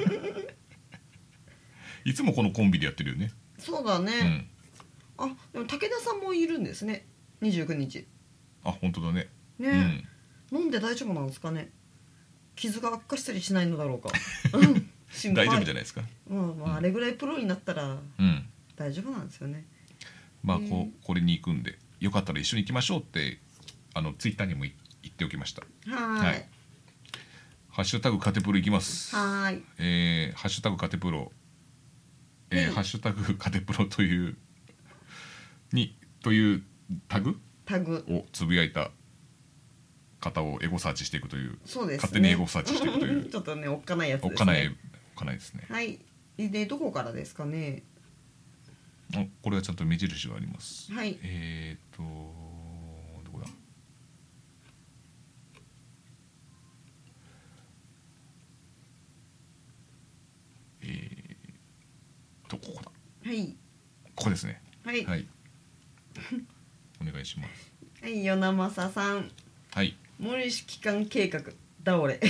いつもこのコンビでやってるよね。 そうだね。うん、あ、でも武田さんもいるんですね。にじゅうくにち。 あ、本当だね。 ね、うん、飲んで大丈夫なんですかね。傷が悪化したりしないのだろうか。 大丈夫じゃないですか。 うん、まあ、あれぐらいプロになったら大丈夫なんですよね。 まあこうこれに行くんでよかったら一緒に行きましょうってあのツイッターにも言っておきました。 はいはい。 ハッシュタグカテプロ行きます。 はい。 えー、ハッシュタグカテプロ、えー、ハッシュタグカテプロというにというタグタグをつぶやいた方をエゴサーチしていくという。 そうですね。 勝手にエゴサーチしていくというちょっとねおっかないやつですね。 おっかないおっかないですね。 はい。でどこからですかね。 あ、これはちゃんと目印があります。 はい。 えーとどこだ。えーとここだ。 はい。 ここですね。 はい。 はい。お願いします。 はい、与那政さん。 はい。 森氏帰還計画倒れ。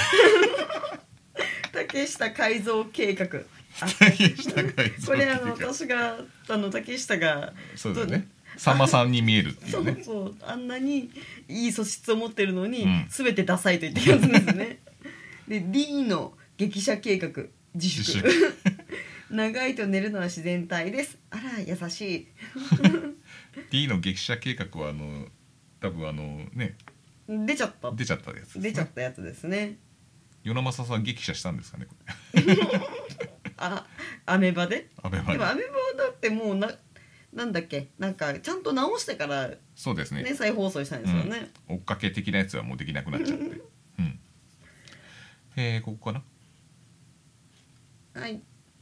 竹下改造計画。 竹下改造。 これあの私があの竹下が。 そうだね。さんまさんに見えるっていうね。 そうそう、あんなにいい素質を持ってるのに、す、う、べ、ん、てダサいと言ってるやつですね。で D の激写計画自粛。長いと寝るのは自然体です。あら優しい。 D の激写計画はあの多分あのね出ちゃった出ちゃったやつですね。 出ちゃったやつですね。 与那政さん激写したんですかねこれ。 あ、アメバで。 アメバで。 でもアメバだってもうな。なんだっけ、なんかちゃんと直してから、ね、 そうですね。 再放送したんですよね、 うん、追っかけ的なやつはもうできなくなっちゃって、うん、えー、ここかな。 はい。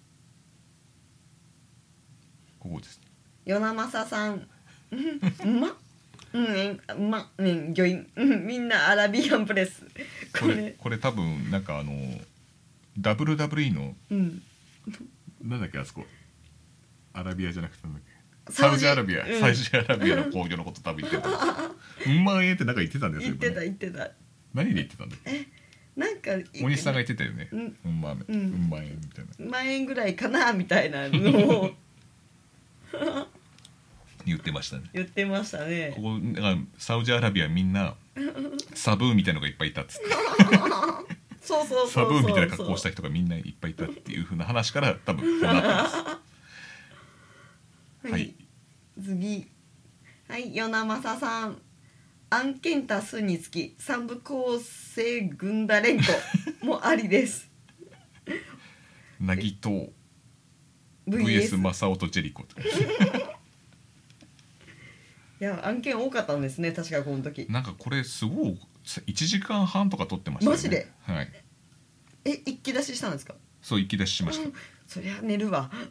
ここです。 与那政さん、ま、うん、ま、うん、魚員、みんなアラビアンプレス。 これこれ多分なんかあの ダブリューダブリューイー の、うん、なんだっけあそこ。アラビアじゃなくてなんだっけ。サウジアラビア、うん、サウジアラビアの工業のこと多分言ってたんですよ。うんまん円ってなんか言ってたんですよ。 言ってた言ってた。 何で言ってたんだっけ。 え、なんか大西さんが言ってたよね。うん、うんまん円、うん、うんまん円みたいな。 万円ぐらいかなみたいなのを言ってましたね。 言ってましたね。 ここなんかサウジアラビアみんなサブーみたいのがいっぱいいたっつって。 そうそうそうそう。 サブーみたいな格好した人がみんないっぱいいたっていう風な話から多分こうなってます。 はい、はい、次、はい、与那政さん、案件多数につき三部構成軍団連呼もありです。 なぎと ブイエス 正雄とジェリコ。 いや案件多かったんですね、確かこの時。 なんかこれすごいいちじかんはんとか撮ってましたね。 マジで。 はい。 え、一気出ししたんですか。 そう一気出ししました。うん、 そりゃ寝るわ。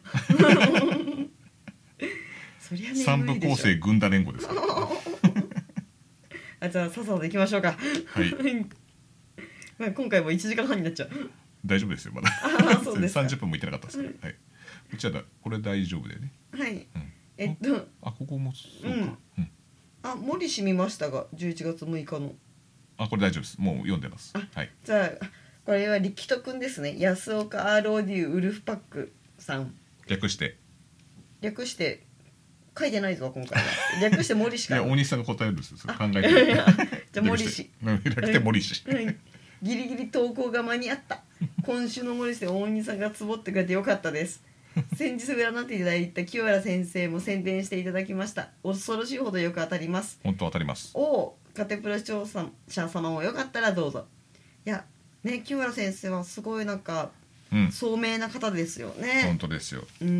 そりゃ眠いでしょ。 三部構成軍団連合ですから。 あ、じゃあさっさと行きましょうか。 はい。 まあ今回もいちじかんはんになっちゃう。 大丈夫ですよまだ。 あ、そうですか。 さんじゅっぷんもいってなかったですから。はい。こちらこれ大丈夫だよね。 はい。うん、えっとあ、ここもそうか。うん。うん、 あ、森氏見ましたがじゅういちがつむいかの。 あ、これ大丈夫です。もう読んでます。はい。 じゃあこれは力人くんですね。安岡 アールオーディー ウルフパックさん。 略して。 略して書いてないぞ今回は。略して森氏か。 いや大西さんが答えるんですよ。考えて。 じゃあ森氏。 略して森氏。 ギリギリ投稿が間に合った。今週の森氏で大西さんがつぼってくれてよかったです。先日占っていただいた清原先生も宣伝していただきました。恐ろしいほどよく当たります。 本当当たります。 おお、カテプロ視聴者様もよかったらどうぞ。いやね、清原先生はすごいなんか、うん、聡明な方ですよね。 本当ですよ。 うん。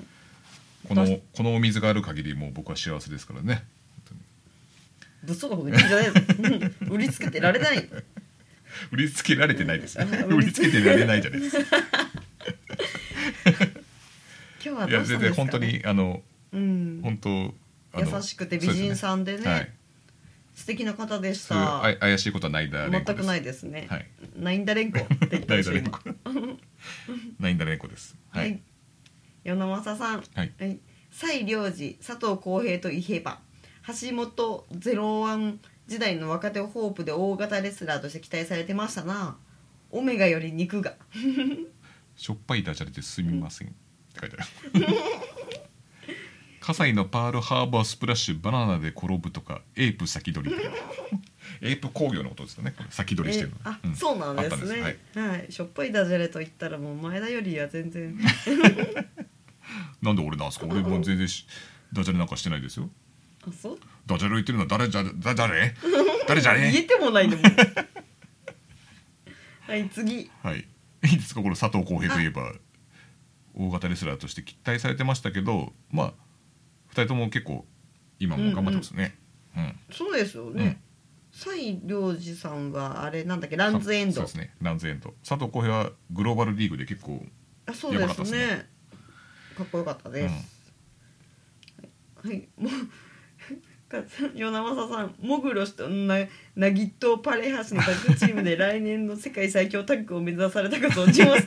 このこのお水がある限りもう僕は幸せですからね。 物騒なこと言ってんじゃないです。売りつけてられない。 売りつけられてないですね。売りつけてられないじゃないですか。 今日はどうしたんですかね。いや全然本当にあの、 うん、 本当優しくて美人さんでね、はい、素敵な方でした。 あ怪しいことはないんだ連呼です。全くないですね。 はい、 ないんだ連呼って言ってほしい。 ないんだ連呼です。はい。はい、 与那政さん、はいはい、蔡良治、佐藤浩平といえば橋本ゼロワン時代の若手ホープで大型レスラーとして期待されてましたな。オメガより肉がしょっぱいダジャレですみませんって書いてある。葛西のパールハーバースプラッシュバナナで転ぶとかエープ先取りエープ工業のことですよね。これ先取りしてるの。 あ、うん、そうなんですね。はい、はい、しょっぱいダジャレと言ったらもう前田よりは全然なんで俺なんすか。俺も全然ダジャレなんかしてないですよ。 あ、そう。 ダジャレ言ってるのは誰じゃ誰誰誰じゃね言えてもないんだもん。はい次。 はい。いいですかこの佐藤浩平といえば大型レスラーとして期待されてましたけど、まあふたりとも結構今も頑張ってますね。うん、うんうん、そうですよね。蔡良治さんはあれなんだっけ、ランズエンド。そうですね、ランズエンド。佐藤浩平はグローバルリーグで結構あ、そうですね。かっこよかったです。うん、はい、もう与那政さん、モグロ氏とななぎとパレハシのタッグチームで来年の世界最強タッグを目指されたかと存じます。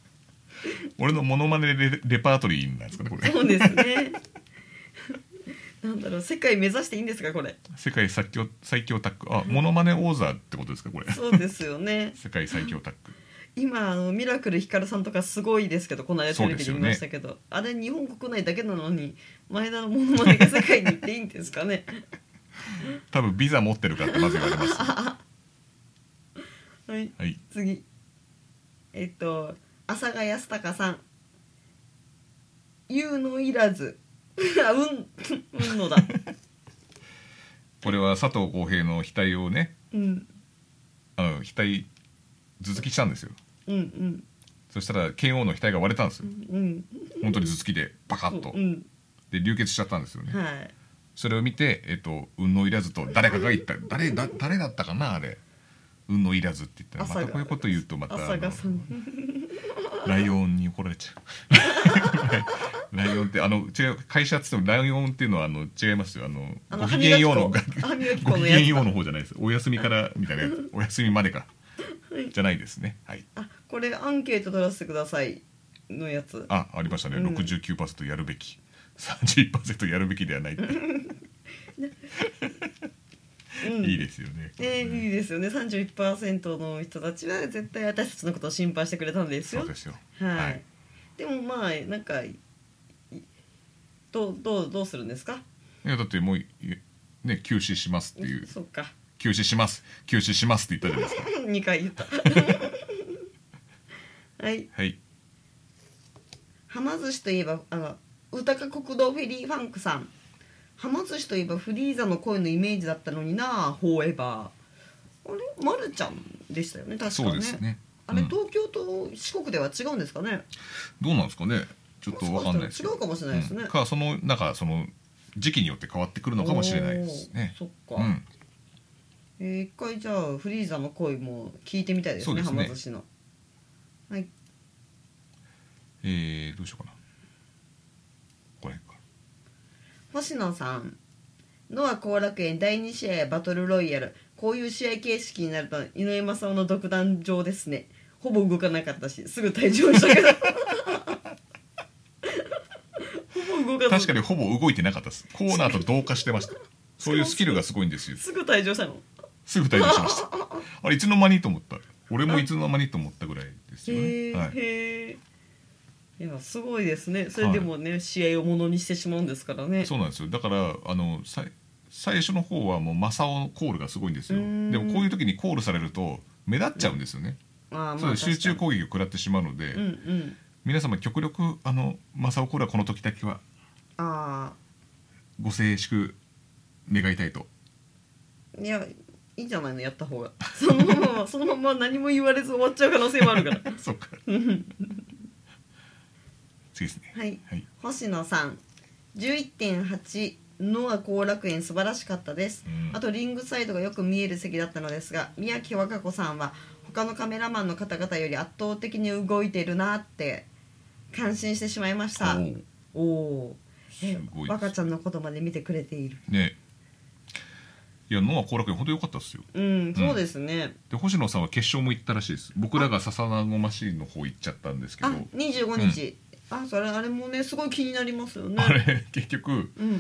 俺のモノマネ レ, レパートリーなんですかねこれ。 そうですね。 なんだろう、世界目指していいんですかこれ。 世界最強最強タッグ、あ、モノマネ王座ってことですかこれ。 そうですよね。 世界最強タッグ。 今あのミラクルひかるさんとかすごいですけど、この間テレビで見ましたけど、ね、あれ日本国内だけなのに前田のモノマネが世界に行っていいんですかね。 多分ビザ持ってるからってまず言われます。はい、 はい、 次えっと浅賀康隆さん、言うのいらずあうんうんのだこれは佐藤浩平の額をね、 うん、 あの額頭突きしたんですよ。 うんうん、 そしたら剣王の額が割れたんですよ、 うん、 本当に頭突きでバカッと、 うん、 で流血しちゃったんですよね、 はい、 それを見て、えっと、運のいらずと誰かが言った誰だ誰だったかなあれ、運のいらずって言ったらまたこういうこと言うとまた浅賀さんライオンに怒られちゃうライオンってあの違う、会社っつってもライオンっていうのはあの違いますよ、あのあのごきげんようのごきげんようの方じゃないです、お休みからみたいなやつお休みまでか、はい、じゃないですね、はい、 あ、これアンケート取らせてくださいのやつ、 あ、ありましたね、うん、ろくじゅうきゅうパーセント やるべき さんじゅういちパーセント やるべきではないってうん、いいですよね。 えー、いいですよね。さんじゅういちパーセント の人たちは絶対私たちのことを心配してくれたんですよ。 そうですよ。 はい。はい、でもまあなんかどうどうどうするんですか。 いやだってもうね休止しますっていう。 そっか。 休止します休止しますって言ったじゃないですか。 にかい言った。はい。 はい。 はま寿司といえばあの宇高国道フェリーファンクさん。はま寿司といえばフリーザの声のイメージだったのにな、フォーエバー。あれ、まるちゃんでしたよね、確かね。 そうですね。 あれ、うん、東京と四国では違うんですかね。 どうなんですかね。ちょっとわかんないですけど。違うかもしれないですね。 うん、かそのなんかその時期によって変わってくるのかもしれないですね。 そっか。うん、えー、一回じゃあフリーザの声も聞いてみたいですね。はま寿司の。はい。 えー、どうしようかな。これか。 星野さん、ノア後楽園だいに試合バトルロイヤル、こういう試合形式になると井上正雄の独壇場ですね。ほぼ動かなかったしすぐ退場したけどほぼ動か確かにほぼ動いてなかったです。コーナーと同化してましたそういうスキルがすごいんですよ。 すぐ退場したの。 すぐ退場しましたあれいつの間にと思った。俺もいつの間にと思ったぐらいですよね。 へー、はい、へー、いやすごいですね。それでもね、はい、試合をものにしてしまうんですからね。 そうなんですよ。だからあのさ最初の方はもう正雄のコールがすごいんですよ。でもこういう時にコールされると目立っちゃうんですよね。うん、あまあ、そう集中攻撃を食らってしまうので、うんうん、皆様極力あの正雄コールはこの時だけはあご静粛願いたいと。 いやいいんじゃないの、やった方がそのままそのまま何も言われず終わっちゃう可能性もあるからそっか次ですね。 はい、はい、星野さん じゅういってんはち ノア後楽園素晴らしかったです、うん、あとリングサイドがよく見える席だったのですが、宮城和歌子さんは他のカメラマンの方々より圧倒的に動いてるなって感心してしまいました。おお、和歌ちゃんのことまで見てくれているね。いやノア後楽園本当良かったですよ。 うん、そうですね。 で星野さんは決勝も行ったらしいです。僕らが笹名湖マシーンの方行っちゃったんですけど、あにじゅうごにち、うん、あそれあれもねすごい気になりますよね。 あれ結局、うん、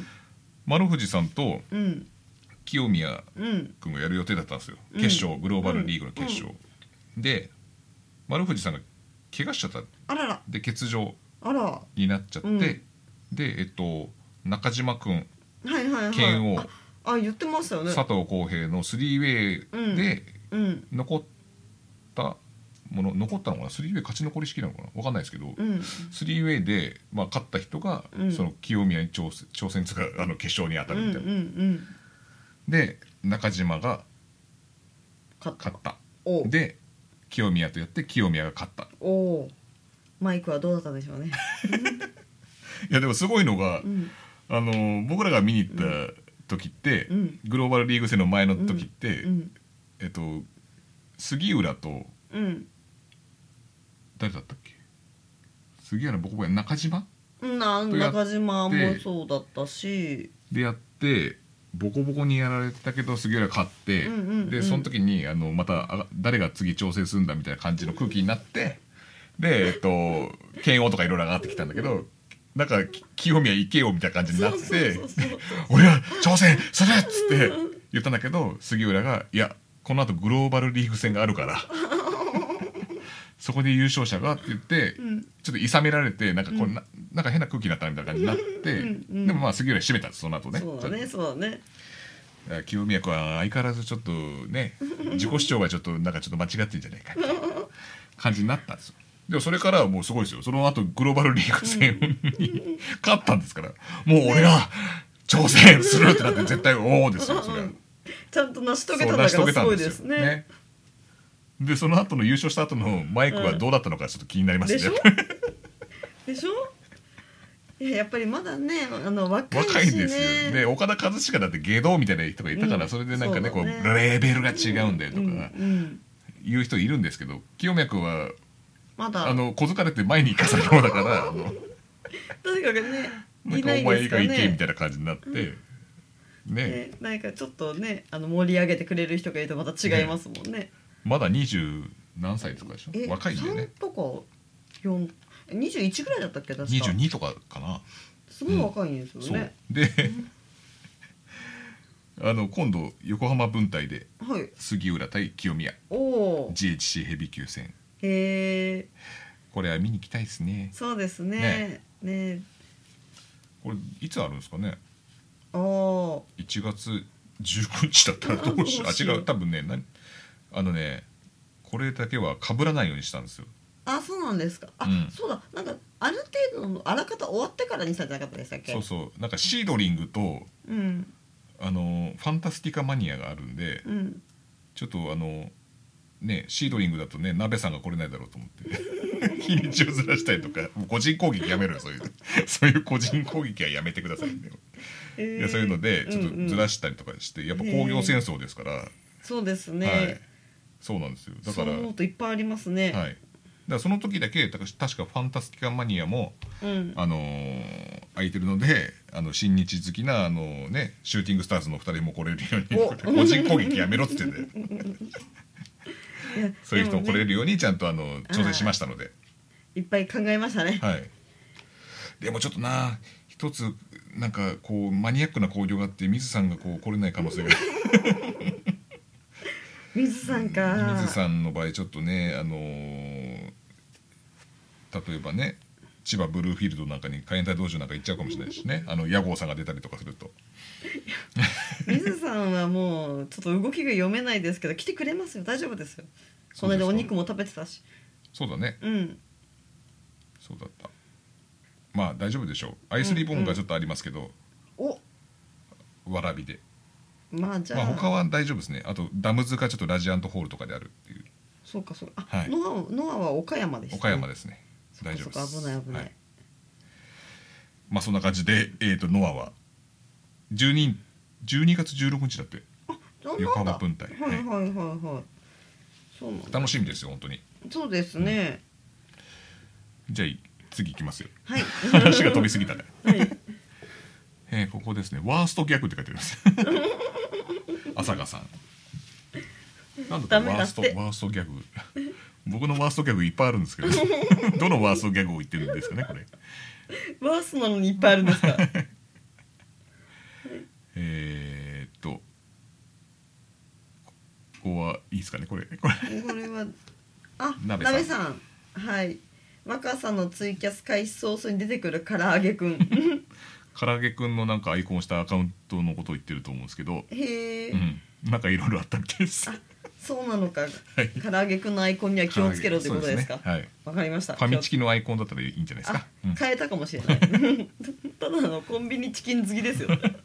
丸藤さんと清宮君がやる予定だったんですよ、うん、決勝グローバルリーグの決勝、うん、で丸藤さんが怪我しちゃった。 あらら。 で欠場になっちゃって、うん、でえっと中島君、 はいはいはい、 剣王、 あ言ってましたよね。 佐藤浩平のスリーウェイで残ったもの、残ったのかな、スリーウェイ勝ち残り式なのかな分かんないですけど、うん、スリーウェイで、まあ、勝った人が、うん、その清宮に挑戦挑戦とかあの決勝に当たるみたいな、うんうんうん、で中島が勝った、勝ったで清宮とやって清宮が勝った。 おマイクはどうだったんでしょうねいやでもすごいのが、うん、あの僕らが見に行った時って、うん、グローバルリーグ戦の前の時って、うんうん、えっと杉浦と、うん、誰だったっけ、杉浦僕は中島、 うん、中島もそうだったしでやってボコボコにやられたけど杉浦勝って、うんうんうん、でその時にあのまた誰が次調整するんだみたいな感じの空気になってでえっと剣王とかいろいろ上がってきたんだけどなんか清宮行けよみたいな感じになって俺は挑戦するっつって言ったんだけど、杉浦がいやこの後グローバルリーグ戦があるからそこで優勝者がって言って、うん、ちょっといさめられてなんかこう、うん、な, なんか変な空気になったみたいな感じになって、うんうん、でもまあ杉浦締めたんですその後ね。 そうだねそうだね。 清宮君は相変わらずちょっとね自己主張がちょっとなんかちょっと間違ってんじゃないかみたいな感じになったんですよ。でもそれからはもうすごいですよ。その後グローバルリーグ戦に勝ったんですから、もう俺が挑戦するってなって絶対おおですよそれは。 ちゃんと成し遂げたんだからすごいですね。ねでその後の優勝した後のマイクはどうだったのかちょっと気になりますね。 でしょ？いややっぱりまだねあの若いしね。 若いんですよ。で岡田和親だって外道みたいな人がいたから、うん、それでなんか ね, ねこうレベルが違うんだよとか言う人いるんですけど、清宮君はまだあの小づかれて前に行かされる方だからあのとにかくねなんかお前が行けみたいな感じになって、うん、ねねなんかちょっとねあの盛り上げてくれる人がいるとまた違いますもんね。ねまだにじゅう何歳とかでしょ。若いんだよね。 さんとかよん、にじゅういちぐらいだったっけ確か。 にじゅうにとかかな。 すごい若いんですよね。 うん、であの今度横浜分隊で杉浦対清宮、はい、ジーエイチシー ヘビー級戦。 へえ。 これは見に行きたいですね。 そうですね。ね。ねこれいつあるんですかね。 ああ。 いちがつじゅうくにちだったらどうしよう。あ違う多分ね何あのねこれだけは被らないようにしたんですよ。 あそうなんですか。あ、うん、そうだなんかある程度のあらかた終わってからにしたんじゃなかったでしたっけ。 そうそうなんかシードリングと、 うん、 あのファンタスティカマニアがあるんで、 うん、 ちょっとあのねシードリングだとね鍋さんが来れないだろうと思って日にちをずらしたりとかもう個人攻撃やめろよそういうそういう個人攻撃はやめてくださいね。えー、いやそういうのでちょっとずらしたりとかして、うんうん、やっぱ工業戦争ですから、えー、 そうですね、 はい、そうなんですよ。だからそう思うといっぱいありますね。 はい。だからその時だけ確かファンタスティカマニアも、うん、あのー、空いてるのであの新日好きなあの、ね、シューティングスターズのふたりも来れるように個人攻撃やめろっつってんだよそういう人も来れるようにちゃんとあの調整しましたのでいっぱい考えましたね。 はい。でもちょっとな一つなんかこうマニアックな興行があって水さんがこう来れない可能性が水さんか。 水さんの場合ちょっとねあのー、例えばね千葉ブルーフィールドなんかに海援隊道場なんか行っちゃうかもしれないしねあの屋号さんが出たりとかすると水さんはもうちょっと動きが読めないですけど来てくれますよ大丈夫ですよ。この間お肉も食べてたし。 そうだね。 うんそうだった。まあ大丈夫でしょう。アイスリボンがちょっとありますけど、 うんうん、 おわらびでまあじゃあ、 まあ、他は大丈夫ですね。あとダムズがちょっとラジアントホールとかであるっていう。 そうかそうか。 あ、はい、 ノア、ノアは岡山でした、ね、 岡山ですね。大丈夫です。 そうかそうか危ない危ない、はい、 まあそんな感じで、えー、とノアはじゅうにがつじゅうろくにちだって横浜分隊。 はいはいはいはい、そうなんだ。 楽しみですよ本当に。 そうですね、 うん、じゃあ次いきますよ。 はい。 話が飛びすぎたね。 はい。 えー、ここですね。ワーストギャグって書いてあります。浅香さん。なんだったワーストワーストギャグ。僕のワーストギャグいっぱいあるんですけど、どのワーストギャグを言ってるんですかねこれ。 ワーストなのにいっぱいあるんですか。 えーっとここはいいですかねこれ。これ。 これはあ鍋さん。鍋さんはい。若さのツイキャス開始早々に出てくる唐揚げくん。 唐揚げくんのなんかアイコンをしたアカウントのことを言ってると思うんですけど、 へえ、 うん、なんかいろいろあったみたいです。 あ、そうなのか、はい、唐揚げくんのアイコンには気をつけろってことですか。 そうですね、はい、 わかりました。 ファミチキのアイコンだったらいいんじゃないですか。 うん、変えたかもしれない。ただのコンビニチキン好きですよ。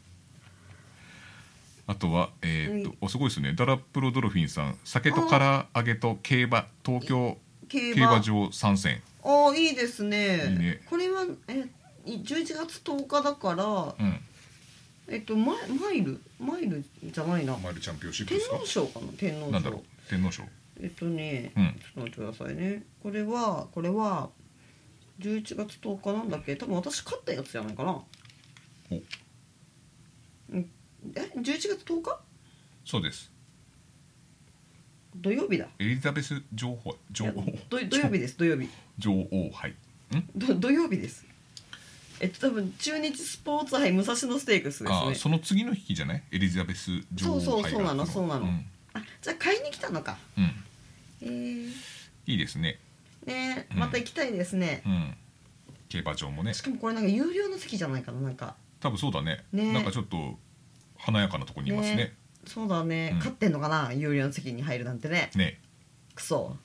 あとはえー、っと、はい、おすごいですね。ダラプロドルフィンさん、酒と唐揚げと競馬東京競馬場参戦。 ああいいですね。 いいね。 これはえじゅういちがつとおかだから、うん、えっとママイルマイルじゃないな。 マイルチャンピオンシップですか。 天皇賞かな。天皇賞。 なんだろう。天皇賞。 えっとね、 うん、 ちょっと待ってくださいね。これはこれはじゅういちがつとおかなんだっけ。多分私勝ったやつじゃないかな。お。えじゅういちがつとおか？ そうです。 土曜日だ。 エリザベス女王女王土曜日です。土曜日。 女王はい。 ん？土曜日です。 えっと多分中日スポーツ杯武蔵野ステークスですね。 あその次の日じゃないエリザベス女王杯が。 そうそうそうなのそうなの、 うん、 あじゃあ買いに来たのか。 うん、 えー、 いいですね。 ねまた行きたいですね、 うん、競馬場もね。 しかもこれなんか有料の席じゃないかな、なんか多分そうだ ね, ねなんかちょっと華やかなとこにいますね。ねそうだね、うん、勝ってんのかな有料の席に入るなんてね。 ねクソ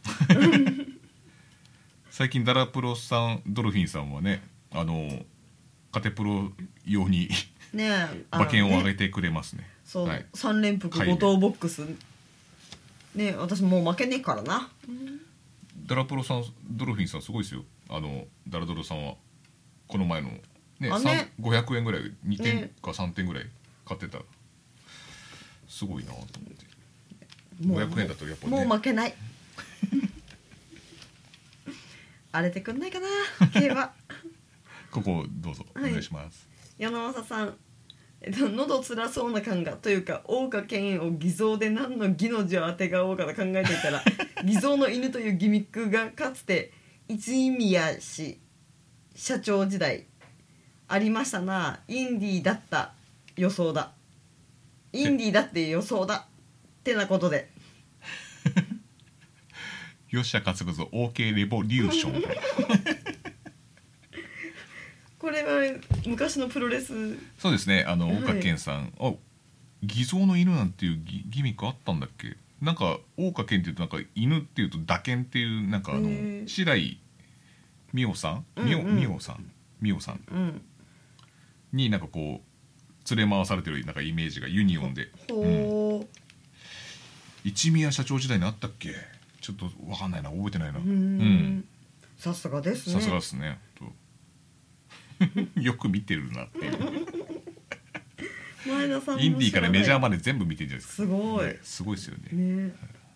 最近ダラプロさんドルフィンさんはねあのカテプロ用にね馬券を上げてくれますね。 そう、はい、さん連複ご等ボックスね私もう負けねえからな、うん、 ダラプロさんドルフィンさんすごいですよ。あのダラドロさんはこの前の、ねね、ごひゃくえんぐらいにてんかさんてんぐらい買ってた、ね、すごいなと思って。ごひゃくえんだとやっぱねもう負けない荒れてくんないかな競馬ここどうぞお願いします。 はい、柳正さん、えっと、喉つらそうな感がというか大岡健を偽造で何の偽の字を当てがおうかと考えていたら偽造の犬というギミックがかつて一宮氏社長時代ありましたな。インディーだった予想だインディーだって予想だってなことでよっしゃ勝つぞ OK レボリューションこれは昔のプロレス。 そうですねあの、はい、大岡健さんあ偽造の犬なんていう ギ, ギミックあったんだっけ。なんか大岡健っていうとなんか犬っていうと打犬っていうなんかあの白井美穂さん美穂さん美穂さん、うん、になんかこう連れ回されてるなんかイメージがユニオンで、うん、一宮社長時代にあったっけちょっと分かんないな覚えてないな。うん、うん、 さすがですね。 さすがですねよく見てるなっていう前田さんインディーからメジャーまで全部見てるじゃないですか。 すごい、 ね、すごいですよ ね, ね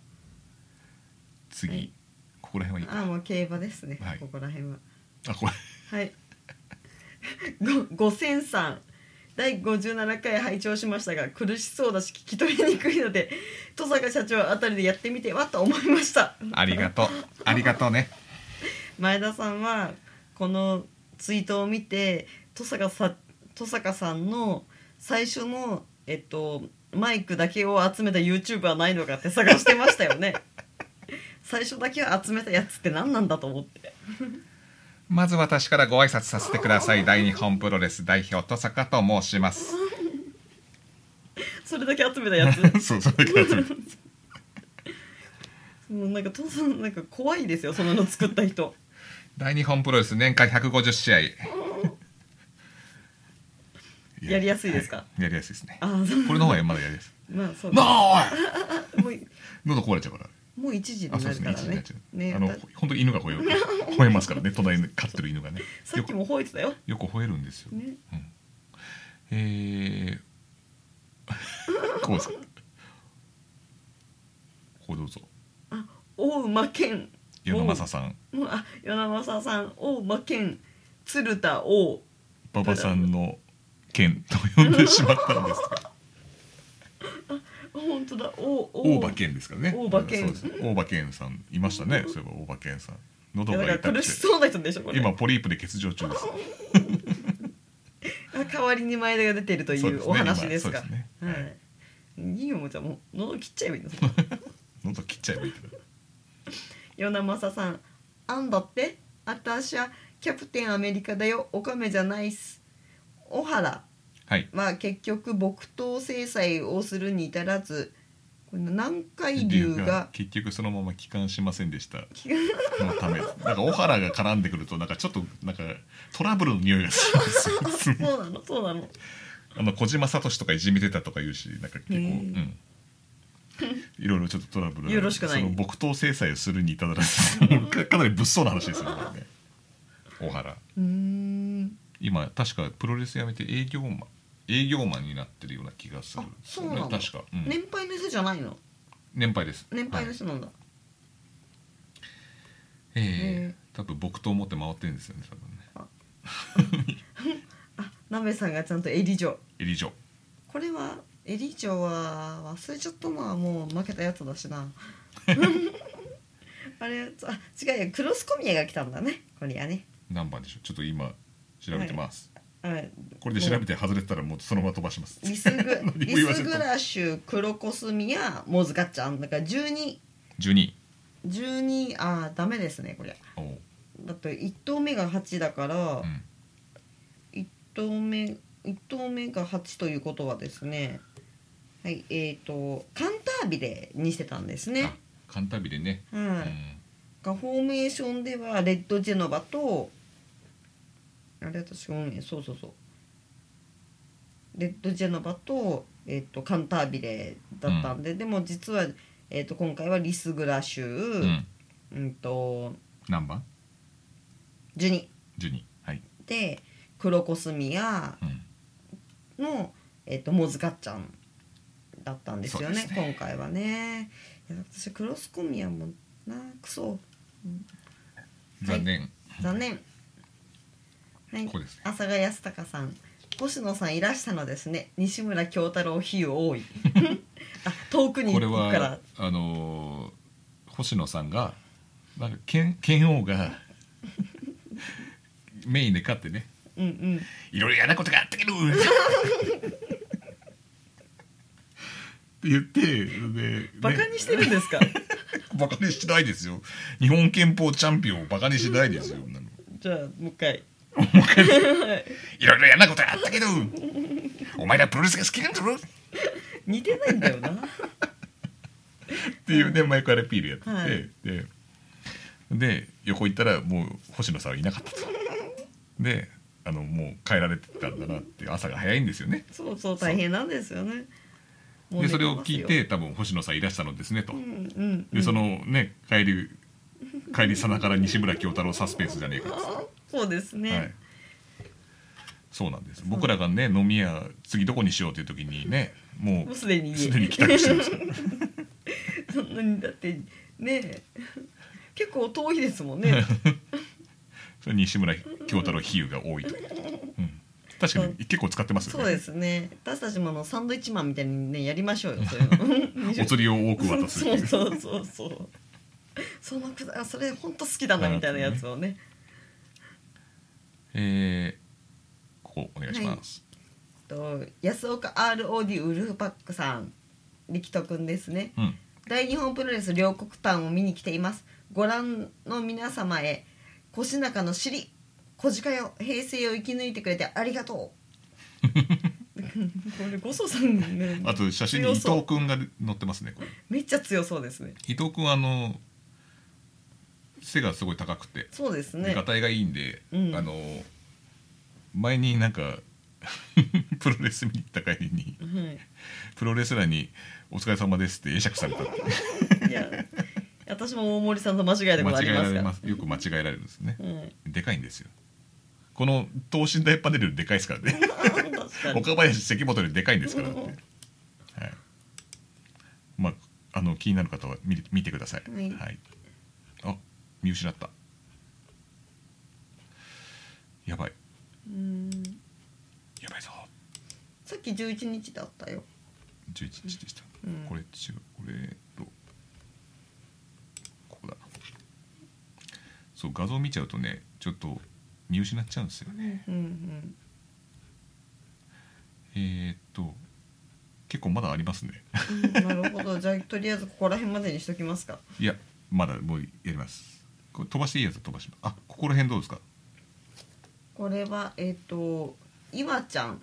次、はい、ここら辺はいいか。あもう競馬ですね、はい、ここら辺はあこれはいごせんさんだいごじゅうななかい拝聴しましたが苦しそうだし聞き取りにくいので登坂社長あたりでやってみてはと思いました。 ありがとうありがとうね。 前田さんはこのツイートを見て登坂さ登坂さんの最初の、えっと、マイクだけを集めた YouTube はないのかって探してましたよね最初だけを集めたやつって何なんだと思ってまず私からご挨拶させてください。大日本プロレス代表登坂と申しますそれだけ集めたやつそうそれだけ集めたもうなんか登坂なんか怖いですよそのの作った人大日本プロレス年間ひゃくごじゅっしあいやりやすいですか。 はい、やりやすいですね。 あこれの方がまだやりやすいまあそうなあおい喉壊れちゃうからもう一時になるからね。 ねあの本当に犬が吠え吠えますからね隣に飼ってる犬がねさっきも吠えてたよ。 よく吠えるんですよ、ねうん、えーこうですかこうどうぞ。 あ大馬健与那政さんあ与那政さん大馬健鶴田王馬場さんの健と呼んでしまったんですあ本当だ大大馬健ですからね。 大馬健大馬健さんいましたね、うん、そういえば大馬健さん喉が痛くて苦しそうな人でしょこれ。 今ポリープで欠場中です代わりに前田が出ているというお話ですか。 そうですね、 はい、いいよもうじゃあもう喉切っちゃえばいいの喉切っちゃえばいいから与那政さんあんだってあたしはキャプテンアメリカだよおかめじゃないっす。小原は結局木刀制裁をするに至らずこの南海流が結局そのまま帰還しませんでしたのためなんか小原が絡んでくるとなんかちょっとなんかトラブルの匂いがするんですよそうなのそうなのあの小島聡とかいじめてたとか言うしなんか結構うんいろいろちょっとトラブルよろしくないその木刀制裁をするに至らずかなり物騒な話ですよね小原うーん今確かプロレスやめて営業マン営業マンになってるような気がする。 あそうなんだ確か、うん、 年配の人じゃないの。 年配です。 年配の人なんだ、はい、 えー、えー、多分木刀持って回ってるんですよね多分ねああなべさんがちゃんとエリジョエリジョこれはエリジョは忘れちゃったなもう負けたやつだしなあれあ違うよクロスコミエが来たんだねこれやね何番でしょうちょっと今調べてます、 はいはい、 これで調べて外れてたらもうそのまま飛ばします。 リスグリスグラッシュ、クロコスミア、モズガッチャンだからじゅうにじゅうにじゅうにあーダメですねこれ。だっていち頭目がはちだから、うん、いち頭目いち頭目がはちということはですね、はいえーとカンタービレにしてたんですね。 カンタービレね、 はい、うん、がフォーメーションではレッドジェノバとあれ私ごめんそうそうそうレッドジェノバと、えー、とカンタービレだったんで、うん、でも実は、えー、と今回はリスグラシュー、うんうんと何番じゅうに、 じゅうに、はい、 でクロコスミアの、うんえー、とモズガッチャンだったんですよ ね, ね今回はね。いや私クロスコミアもなクソ、うん、 残念、はい、 残念。はい、ここですね、阿佐ヶ安隆さん、星野さんいらしたのですね。西村京太郎比喩多いあ遠くに行くから。これはあのー、星野さんがなんか剣王がメインで勝ってね、うんうん、いろいろ嫌なことがあったけどって言ってで、ね、 バカにしてるんですかバカにしてないですよ。日本拳法チャンピオンをバカにしてないですよじゃあもう一回もう一回いろいろ嫌なことがあったけどお前らプロレスが好きなんだろ似てないんだよなっていうねマイクアレピールやってて、はい、で, で横行ったらもう星野さんはいなかったと。であのもう帰られてたんだなって朝が早いんですよね。 そうそう大変なんですよね。 でそれを聞いて多分星野さんいらしたのですねと、うんうんうん、でそのね帰り帰りさなから西村京太郎サスペンスじゃねえかっつってそうですね、はい、 そうなんです。僕らがね飲み屋次どこにしようという時にねもうすでにすでに帰宅してましたそんなにだってね結構遠いですもんねそれ西村京太郎比喩が多いと、うん確かに結構使ってますよね。 そうですね。私たちものサンドイッチマンみたいにねやりましょうよそういうの。 お釣りを多く渡す。 そうそうそうそう。そのくだそれ本当好きだなみたいなやつをね。 えー、ここお願いします。 はい、と安岡 アールオーディー ウルフパックさん、力人くんですね、うん。大日本プロレス両国端を見に来ています。ご覧の皆様へ腰中の尻。小鹿よ平成を生き抜いてくれてありがとうこれごそさん、ね、 あと写真に伊藤くんが載ってますね。これめっちゃ強そうですね。 伊藤くんはあの背がすごい高くてそうですねがたいがいいんで、うん、あの前になんかプロレス見に行った帰りに、はい、プロレスラーにお疲れ様ですって会釈されたっていや私も大森さんと間違えたことありますから。 よく間違えられるんですね、うん、でかいんですよ。この等身大パネルでかいですからね岡林関本よりでかいんですからって、はい、まああの気になる方は 見, 見てください、はいはい、あ見失った。やばいうんやばいぞ。 さっきじゅういちにちだったよ。 じゅういちにちでした、うん、これ違うこれとここだ。そう画像見ちゃうとねちょっと見失っちゃうんですよね、うんうん、えー、っと結構まだありますね、 うん、なるほど。じゃあとりあえずここら辺までにしときますか。 いやまだもうやります。これ飛ばしていいやつは飛ばします。あここら辺どうですか。 これはえー、っと岩ちゃん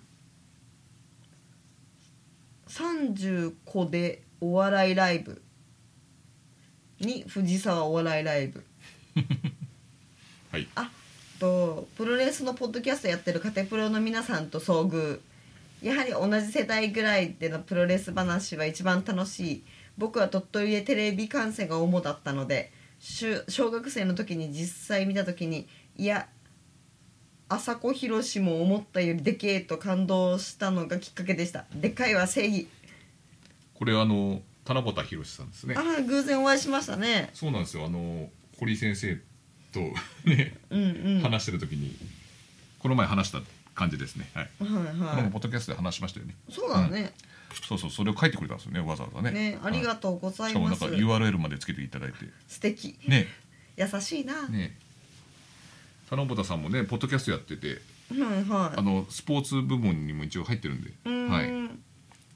さんじゅうこでお笑いライブに藤沢お笑いライブはい。 あとプロレスのポッドキャストやってるカテプロの皆さんと遭遇。やはり同じ世代ぐらいでのプロレス話は一番楽しい。僕は鳥取でテレビ観戦が主だったので小学生の時に実際見た時にいや朝子博士も思ったよりでけえと感動したのがきっかけでした。でかいは正義。 これあの七夕博士さんですね。 ああ偶然お会いしましたね。 そうなんですよ。あの堀先生とね、うんうん、話してる時にこの前話した感じですね。はい。はいはい。このポッドキャストで話しましたよね。 そうだね、うん。 そうそうそれを書いてくれたんですよねわざわざね。 ねありがとうございます。 しかもなんか ユーアールエル までつけていただいて。 素敵。 ね。 優しいな。 ね。七夕さんもねポッドキャストやっててはいはい、 あのスポーツ部門にも一応入ってるんで、 うんはい、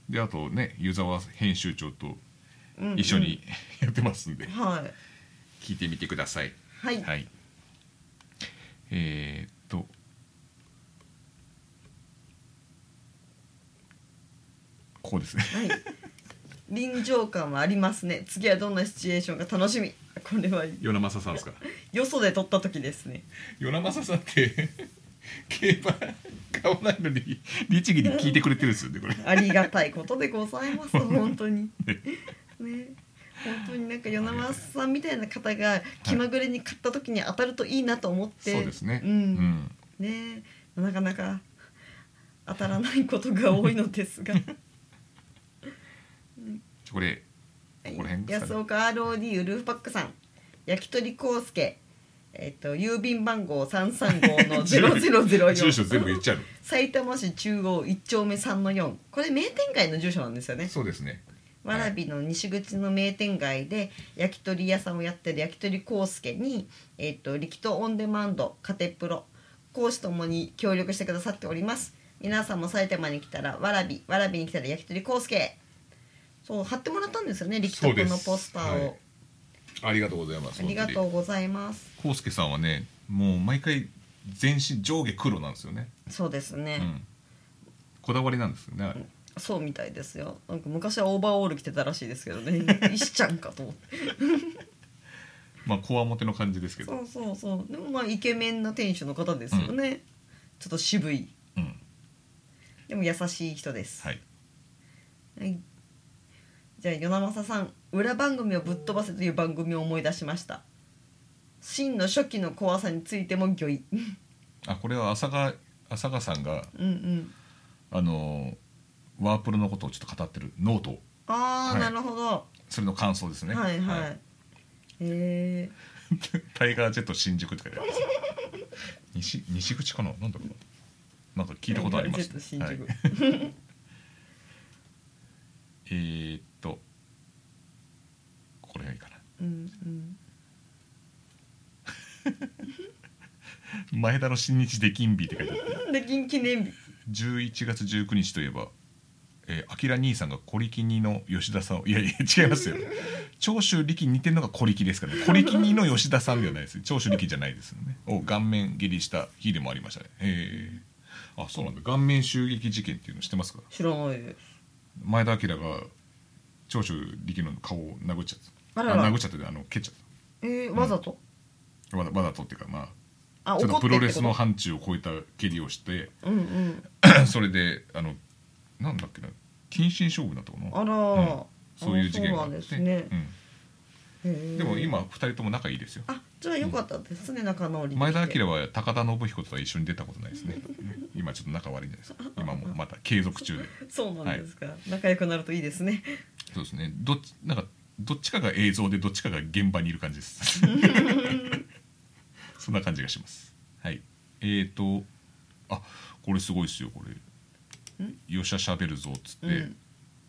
であとね湯沢編集長と一緒に、うん、やってますんで、 はい、 聞いてみてください。 はい、 はい、えー、っとここですね、 はい、臨場感はありますね。次はどんなシチュエーションが楽しみ。これは与那政さんですか。 よそで撮った時ですね。 与那政さんって競馬買わないのに律儀に聞いてくれてるんですよねこれ。 ありがたいことでございます本当にね。本当になんか与那政さんみたいな方が気まぐれに買った時に当たるといいなと思って、 はい、そうですね、 うんうん、ねなかなか当たらないことが多いのですがこれここら辺ですかね。 安岡 アールオーディー ウルフパックさん、焼き鳥康介、えっと郵便番号さんさんごのゼロゼロゼロよん住所全部言っちゃう。 埼玉市中央いち丁目さんのよん、これ名店街の住所なんですよね。 そうですね。 蕨の西口の名店街で焼き鳥屋さんをやってる焼き鳥康介に、えっと力とオンデマンドカテプロ講師ともに協力してくださっております。皆さんも埼玉に来たら蕨蕨に来たら焼き鳥康介、そう貼ってもらったんですよね、力と君のポスターを、はい、 ありがとうございます。 ありがとうございます。 康介さんはねもう毎回全身上下黒なんですよね。 そうですね、うん、 こだわりなんですよね、うん、 そうみたいですよ。なんか昔はオーバーオール着てたらしいですけどね石ちゃんかと思ってまあこわもての感じですけど、 そうそうそう、でもまあイケメンな店主の方ですよね、うん、ちょっと渋い、うん、でも優しい人です。はい、はい、じゃあ与那政さん、裏番組をぶっ飛ばせという番組を思い出しました。真の初期の怖さについても御意あ、これは浅賀浅賀さんが、うんうん、あのワープロのことをちょっと語ってるノート、 ああ、はい、なるほど、 それの感想ですね。 はいはい、はい、へえタイガージェット新宿って書いてあります西, 西口かな、なんだろうな、なんか聞いたことあります、ね、タイガージェット新宿、はい、えーっとこれがいいかな、うんうん、前田の新日出禁日って書いてあって、 出禁記念日じゅういちがつじゅうくにちといえば、えー、アキラ兄さんが小力二の吉田さんを、いやいや違いますよ長州力に似てるのが小力ですからね。小力二の吉田さんではないです。長州力じゃないですよね。を顔面蹴りした日でもありましたね。へえ、あ、そうなんだ。顔面襲撃事件っていうの知ってますか。 知らないです。 前田明が長州力の顔を殴っちゃった。あらら、あ、殴っちゃって、あの蹴っちゃった。 えー、わざと、 うん、わ, わざとっていうか、まあちょっとプロレスの範疇を超えた蹴りをして、うんうん、それであのなんだっけな、謹慎処分だったかな。あら、うん、そういう事件があって、そうなんですね、うん、でも今ふたりとも仲いいですよ。 あ、じゃあよかったですね、うん、仲直りできて。 前田明は高田信彦とは一緒に出たことないですね今ちょっと仲悪いんじゃないですか。今もまた継続中でそうなんですか、はい、仲良くなるといいですね。 そうですね、どっちなんかどっちかが映像でどっちかが現場にいる感じですそんな感じがします。はい、えーとあ、これすごいですよ。これよっしゃしゃべるぞっつって、うん、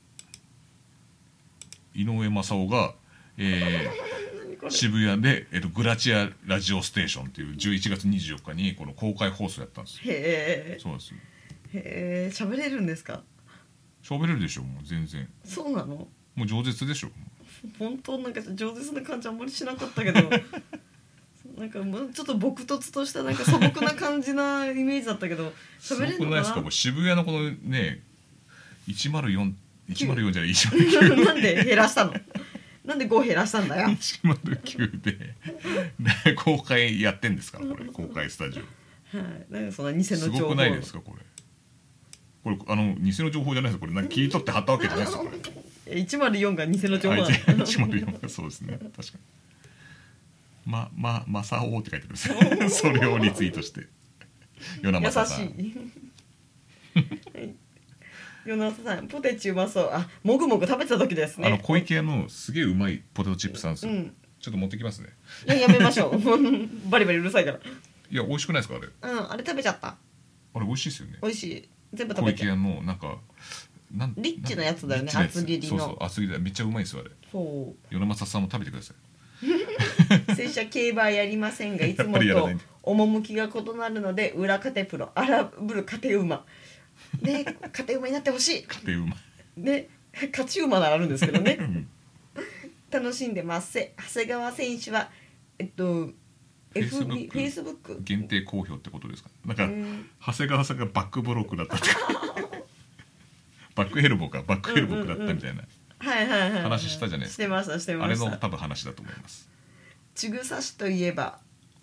井上正雄が、えー、渋谷で、えー、とグラチアラジオステーションっていうじゅういちがつにじゅうよっかにこの公開放送やったんですよ。へえ、そうなんですよ。 へえ、喋れるんですか。 喋れるでしょ、もう全然。 そうなの。 もう饒舌でしょ。 本当なんか饒舌な感じあんまりしなかったけどなんかもうちょっと朴突としたなんか素朴な感じなイメージだったけど喋れるのかな。すごくないですか。もう渋谷のこのねいちまるよん いちまるよんじゃないいちまるきゅうなんで減らしたのなんでご減らしたんだよ。いちまるきゅうで公開やってんですから、これ公開スタジオ。 はい、なんかそんな偽の情報。 すごくないですかこれ。これあの偽の情報じゃないです。これなんか切り取って貼ったわけじゃないですよこれ。 いちまるよんが偽の情報なの。 いちまるよんがそうですね、確かに。ま、ま、まさおって書いてくるんですそれをリツイートして与那政さん優しい与那政さん、ポテチうまそう。あ、もぐもぐ食べてた時ですね。 あの小池屋のすげえうまいポテトチップスなんですよ、うん、ちょっと持ってきますね。 いや、やめましょうバリバリうるさいから。 いや、美味しくないですかあれ。 うん、あれ食べちゃった。 あれ美味しいですよね。 美味しい。全部食べちゃう。 小池屋のなんかなんリッチなやつだよね、厚切りの。 そうそう、厚切りだ。めっちゃうまいですよあれ。そう。与那政さんも食べてください拙者競馬はやりませんがいつもと趣が異なるので裏カテプロ荒ぶるカテ馬でカテ馬になってほしい。 カテ馬で勝ち馬ならあるんですけどね楽しんでますせ。長谷川選手はえっとフェイスブック、 フェイスブック限定好評ってことですか。なんか、えー、長谷川さんがバックブロックだったってバックヘルボーかバックヘルボーだったみたいな話したじゃないですか。 してましたしてました。 あれの多分話だと思います。 ちぐさしといえば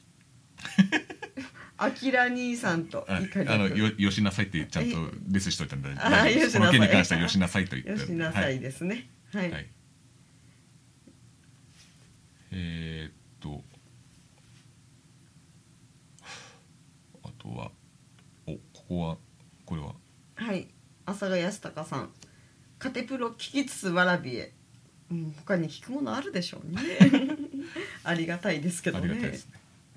あきら兄さんとああのよよしなさいってちゃんとレスしといたんで、この件に関してはよしなさいと言ってよしなさいですね。はい、はい、 えー、っとあとはおここはこれははい阿佐ヶ谷康隆さんカテプロ聞きつつわらびへ、うん、他に聞くものあるでしょうねありがたいですけどね。 ありがたいですね。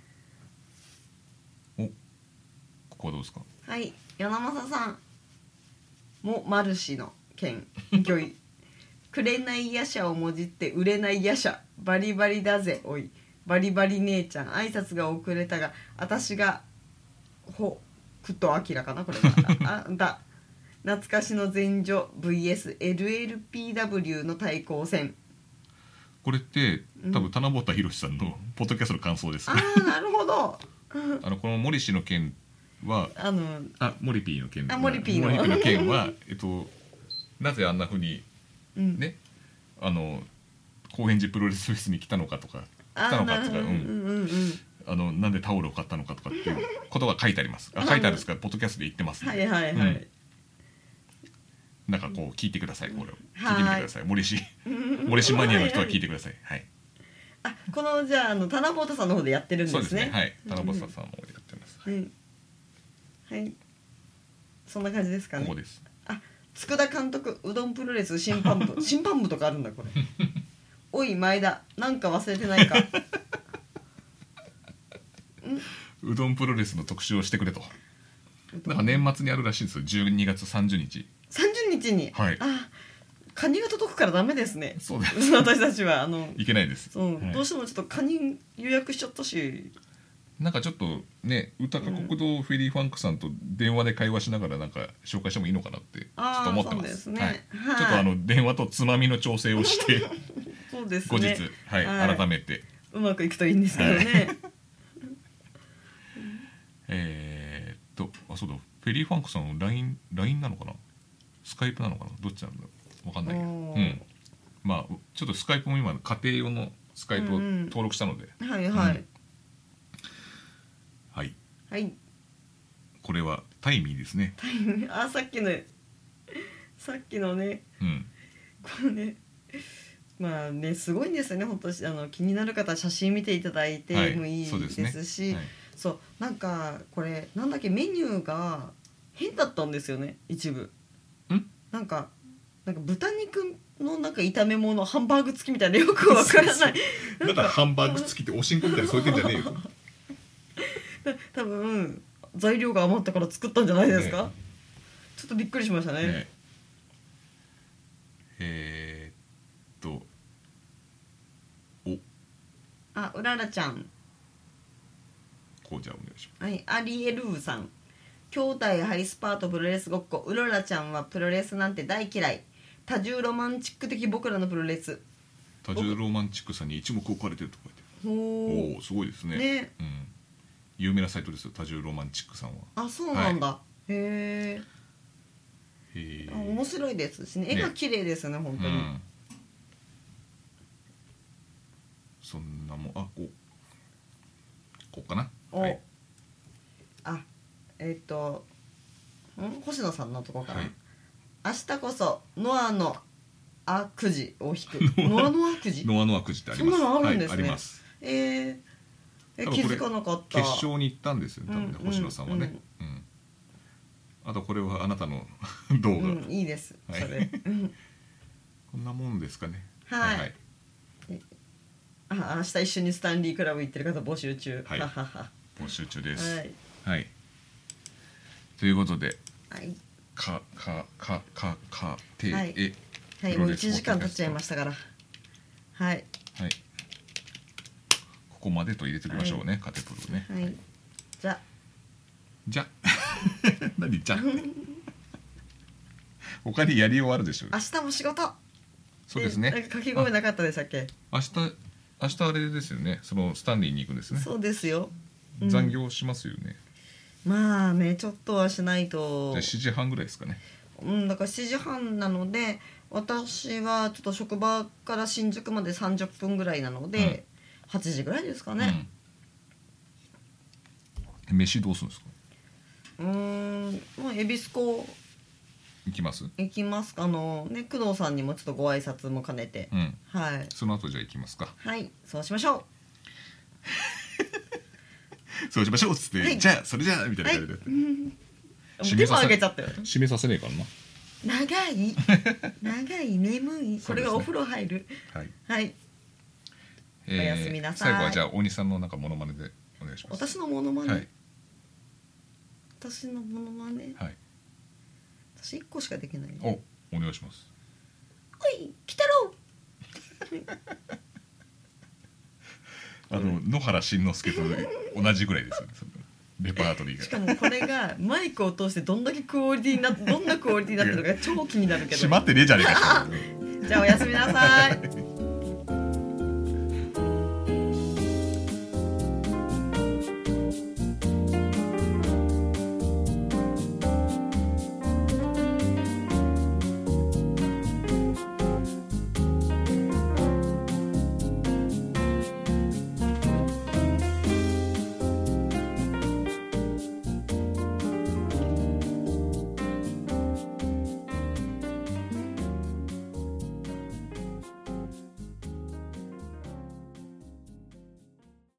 おここはどうですか。 はい柳正さんもマルシの件御意くれない夜叉をもじって売れない夜叉バリバリだぜおいバリバリ姉ちゃん挨拶が遅れたが私がほくとあきらかなこれはあだ懐かしの前女 ブイエスエルエルピーダブリュー の対抗戦。 これって多分棚本博さんのポッドキャストの感想です、 ね、ああなるほどあのこの森氏の件はあのあモリピーの件あモリピーのモリピーの件はえっとなぜあんなふうにね、うん、あの高円寺プロレスフェスに来たのかとか来たのかとか、うんうんうん、あのなんでタオルを買ったのかとかっていうことが書いてあります。あ書いてあるんですからポッドキャストで言ってます、ね、 はいはいはい、うん、 なんかこう聞いてください。これを聞いてみてください。森氏森氏マニアの人は聞いてください。はい。 あこのじゃああの棚本さんの方でやってるんですね。 そうですね。はい。棚本さんもやってます。 はい、はい、そんな感じですかね。 ここです。 あ佃監督うどんプロレス審判部審判部とかあるんだこれおい前田なんか忘れてないかうどんプロレスの特集をしてくれと。なんか年末にあるらしいんですよ。じゅうにがつさんじゅうにちさんじゅうにちに、 はい、 あカニが届くからダメですね。 そうです。 私たちはあのいけないです。 そう、はい、どうしてもちょっとカニ予約しちゃったし、 なんかちょっとね歌か国道フェリーファンクさんと電話で会話しながらなんか紹介してもいいのかなってちょっと思ってます。 そうですね、 はいはい、ちょっとあの電話とつまみの調整をしてそうです、ね、 後日、はいはい、改めてうまくいくといいんですけどね、はい、 えっとあそうだフェリーファンクさんの ライン, ラインなのかなスカイプなのかなどっちなんだろうわかんないけど、うん、まあちょっとスカイプも今家庭用のスカイプを登録したので、 うんうん、はいはい、うん、 はい、 はい、 これはタイミーですね。 タイミーあさっきのさっきのね、 うん、 これねまあねすごいんですよね本当あの気になる方は写真見ていただいてもいいですし、はい、そう、ねはい、なんかこれなんだっけメニューが変だったんですよね一部んなんかなんか豚肉のなんか炒め物ハンバーグ付きみたいなよくわからないだからハンバーグ付きっておしんこみたいなそういう点じゃねえよ多分材料が余ったから作ったんじゃないですか、ね、ちょっとびっくりしましたね。ねえー、っとおあうららちゃんこうじゃあお願いします。 はい、アリエルーさん兄弟ハイスパートプロレスごっこうららちゃんはプロレスなんて大嫌い多重ロマンチック的僕らのプロレス多重ロマンチックさに一目置かれてると書いてある。おおすごいですね。 ね、 うん、有名なサイトですよ多重ロマンチックさんは。 あそうなんだ、はい、へえへえ面白いですしね絵が綺麗ですね本当に、うん、 そんなもんあこうこうかなお、はい、あえっ、ー、とん星野さんのとこかな、はい、明日こそノアのあくじを引くノアのあくじノアのあくじってあります。 そんなのあるんですね、 はい、あります。 えー、え気づかなかった。 決勝に行ったんですよ多分ね、うん、星野さんはね、うんうん、あとこれはあなたの動画、 うん、いいです、はい、それこんなもんですかね。 はい、はいはい、あ明日一緒にスタンリークラブ行ってる方募集中、 はい、募集中です。 はい、 はい、ということで、 はい、 かかかかかてえ、はいはい、もういちじかん経っちゃいましたからはい、 はい、 こまでと入れておきましょうね、はい、カテプルね。 はい。じゃ。 じゃ。何じゃ。他にやり終わるでしょう。 明日も仕事。 そうですね。 なんか掛け声なかったでしたっけ？ 明日明日あれですよね。そのスタンリーに行くんですね。 そうですよ。 うん、残業しますよね。 まあね、ちょっとはしないと。 じゃあしちじはんぐらいですかね。 うん、だからしちじはんなので、私はちょっと職場から新宿までさんじゅっぷんぐらいなので、うん、はちじぐらいですかね。 うん、飯どうするんですか？ うーん、まあ恵比寿港行きます？ 行きます。あのね、工藤さんにもちょっとご挨拶も兼ねて、うん、はい。 その後じゃあ行きますか。 はい、そうしましょう。 そうしましょうっつって、はい、じゃあそれじゃあみたいな感じで、はい、 締めさせ、 締めさせねえからな。長い長い眠い、これがお風呂入る。はい、はい、えー、おやすみなさい。 最後はじゃあ大西さんのなんかモノマネでお願いします。 私のモノマネ、はい、私のモノマネ、はい、私いっこしかできない。 お、お願いします。 おい、来たろあの野原しんのすけと同じぐらいですよね、レパートリーが。 しかもこれがマイクを通してどんだけクオリティになってどんなクオリティになってるのか超気になるけど。 閉まってねえじゃねえか。 じゃあおやすみなさい。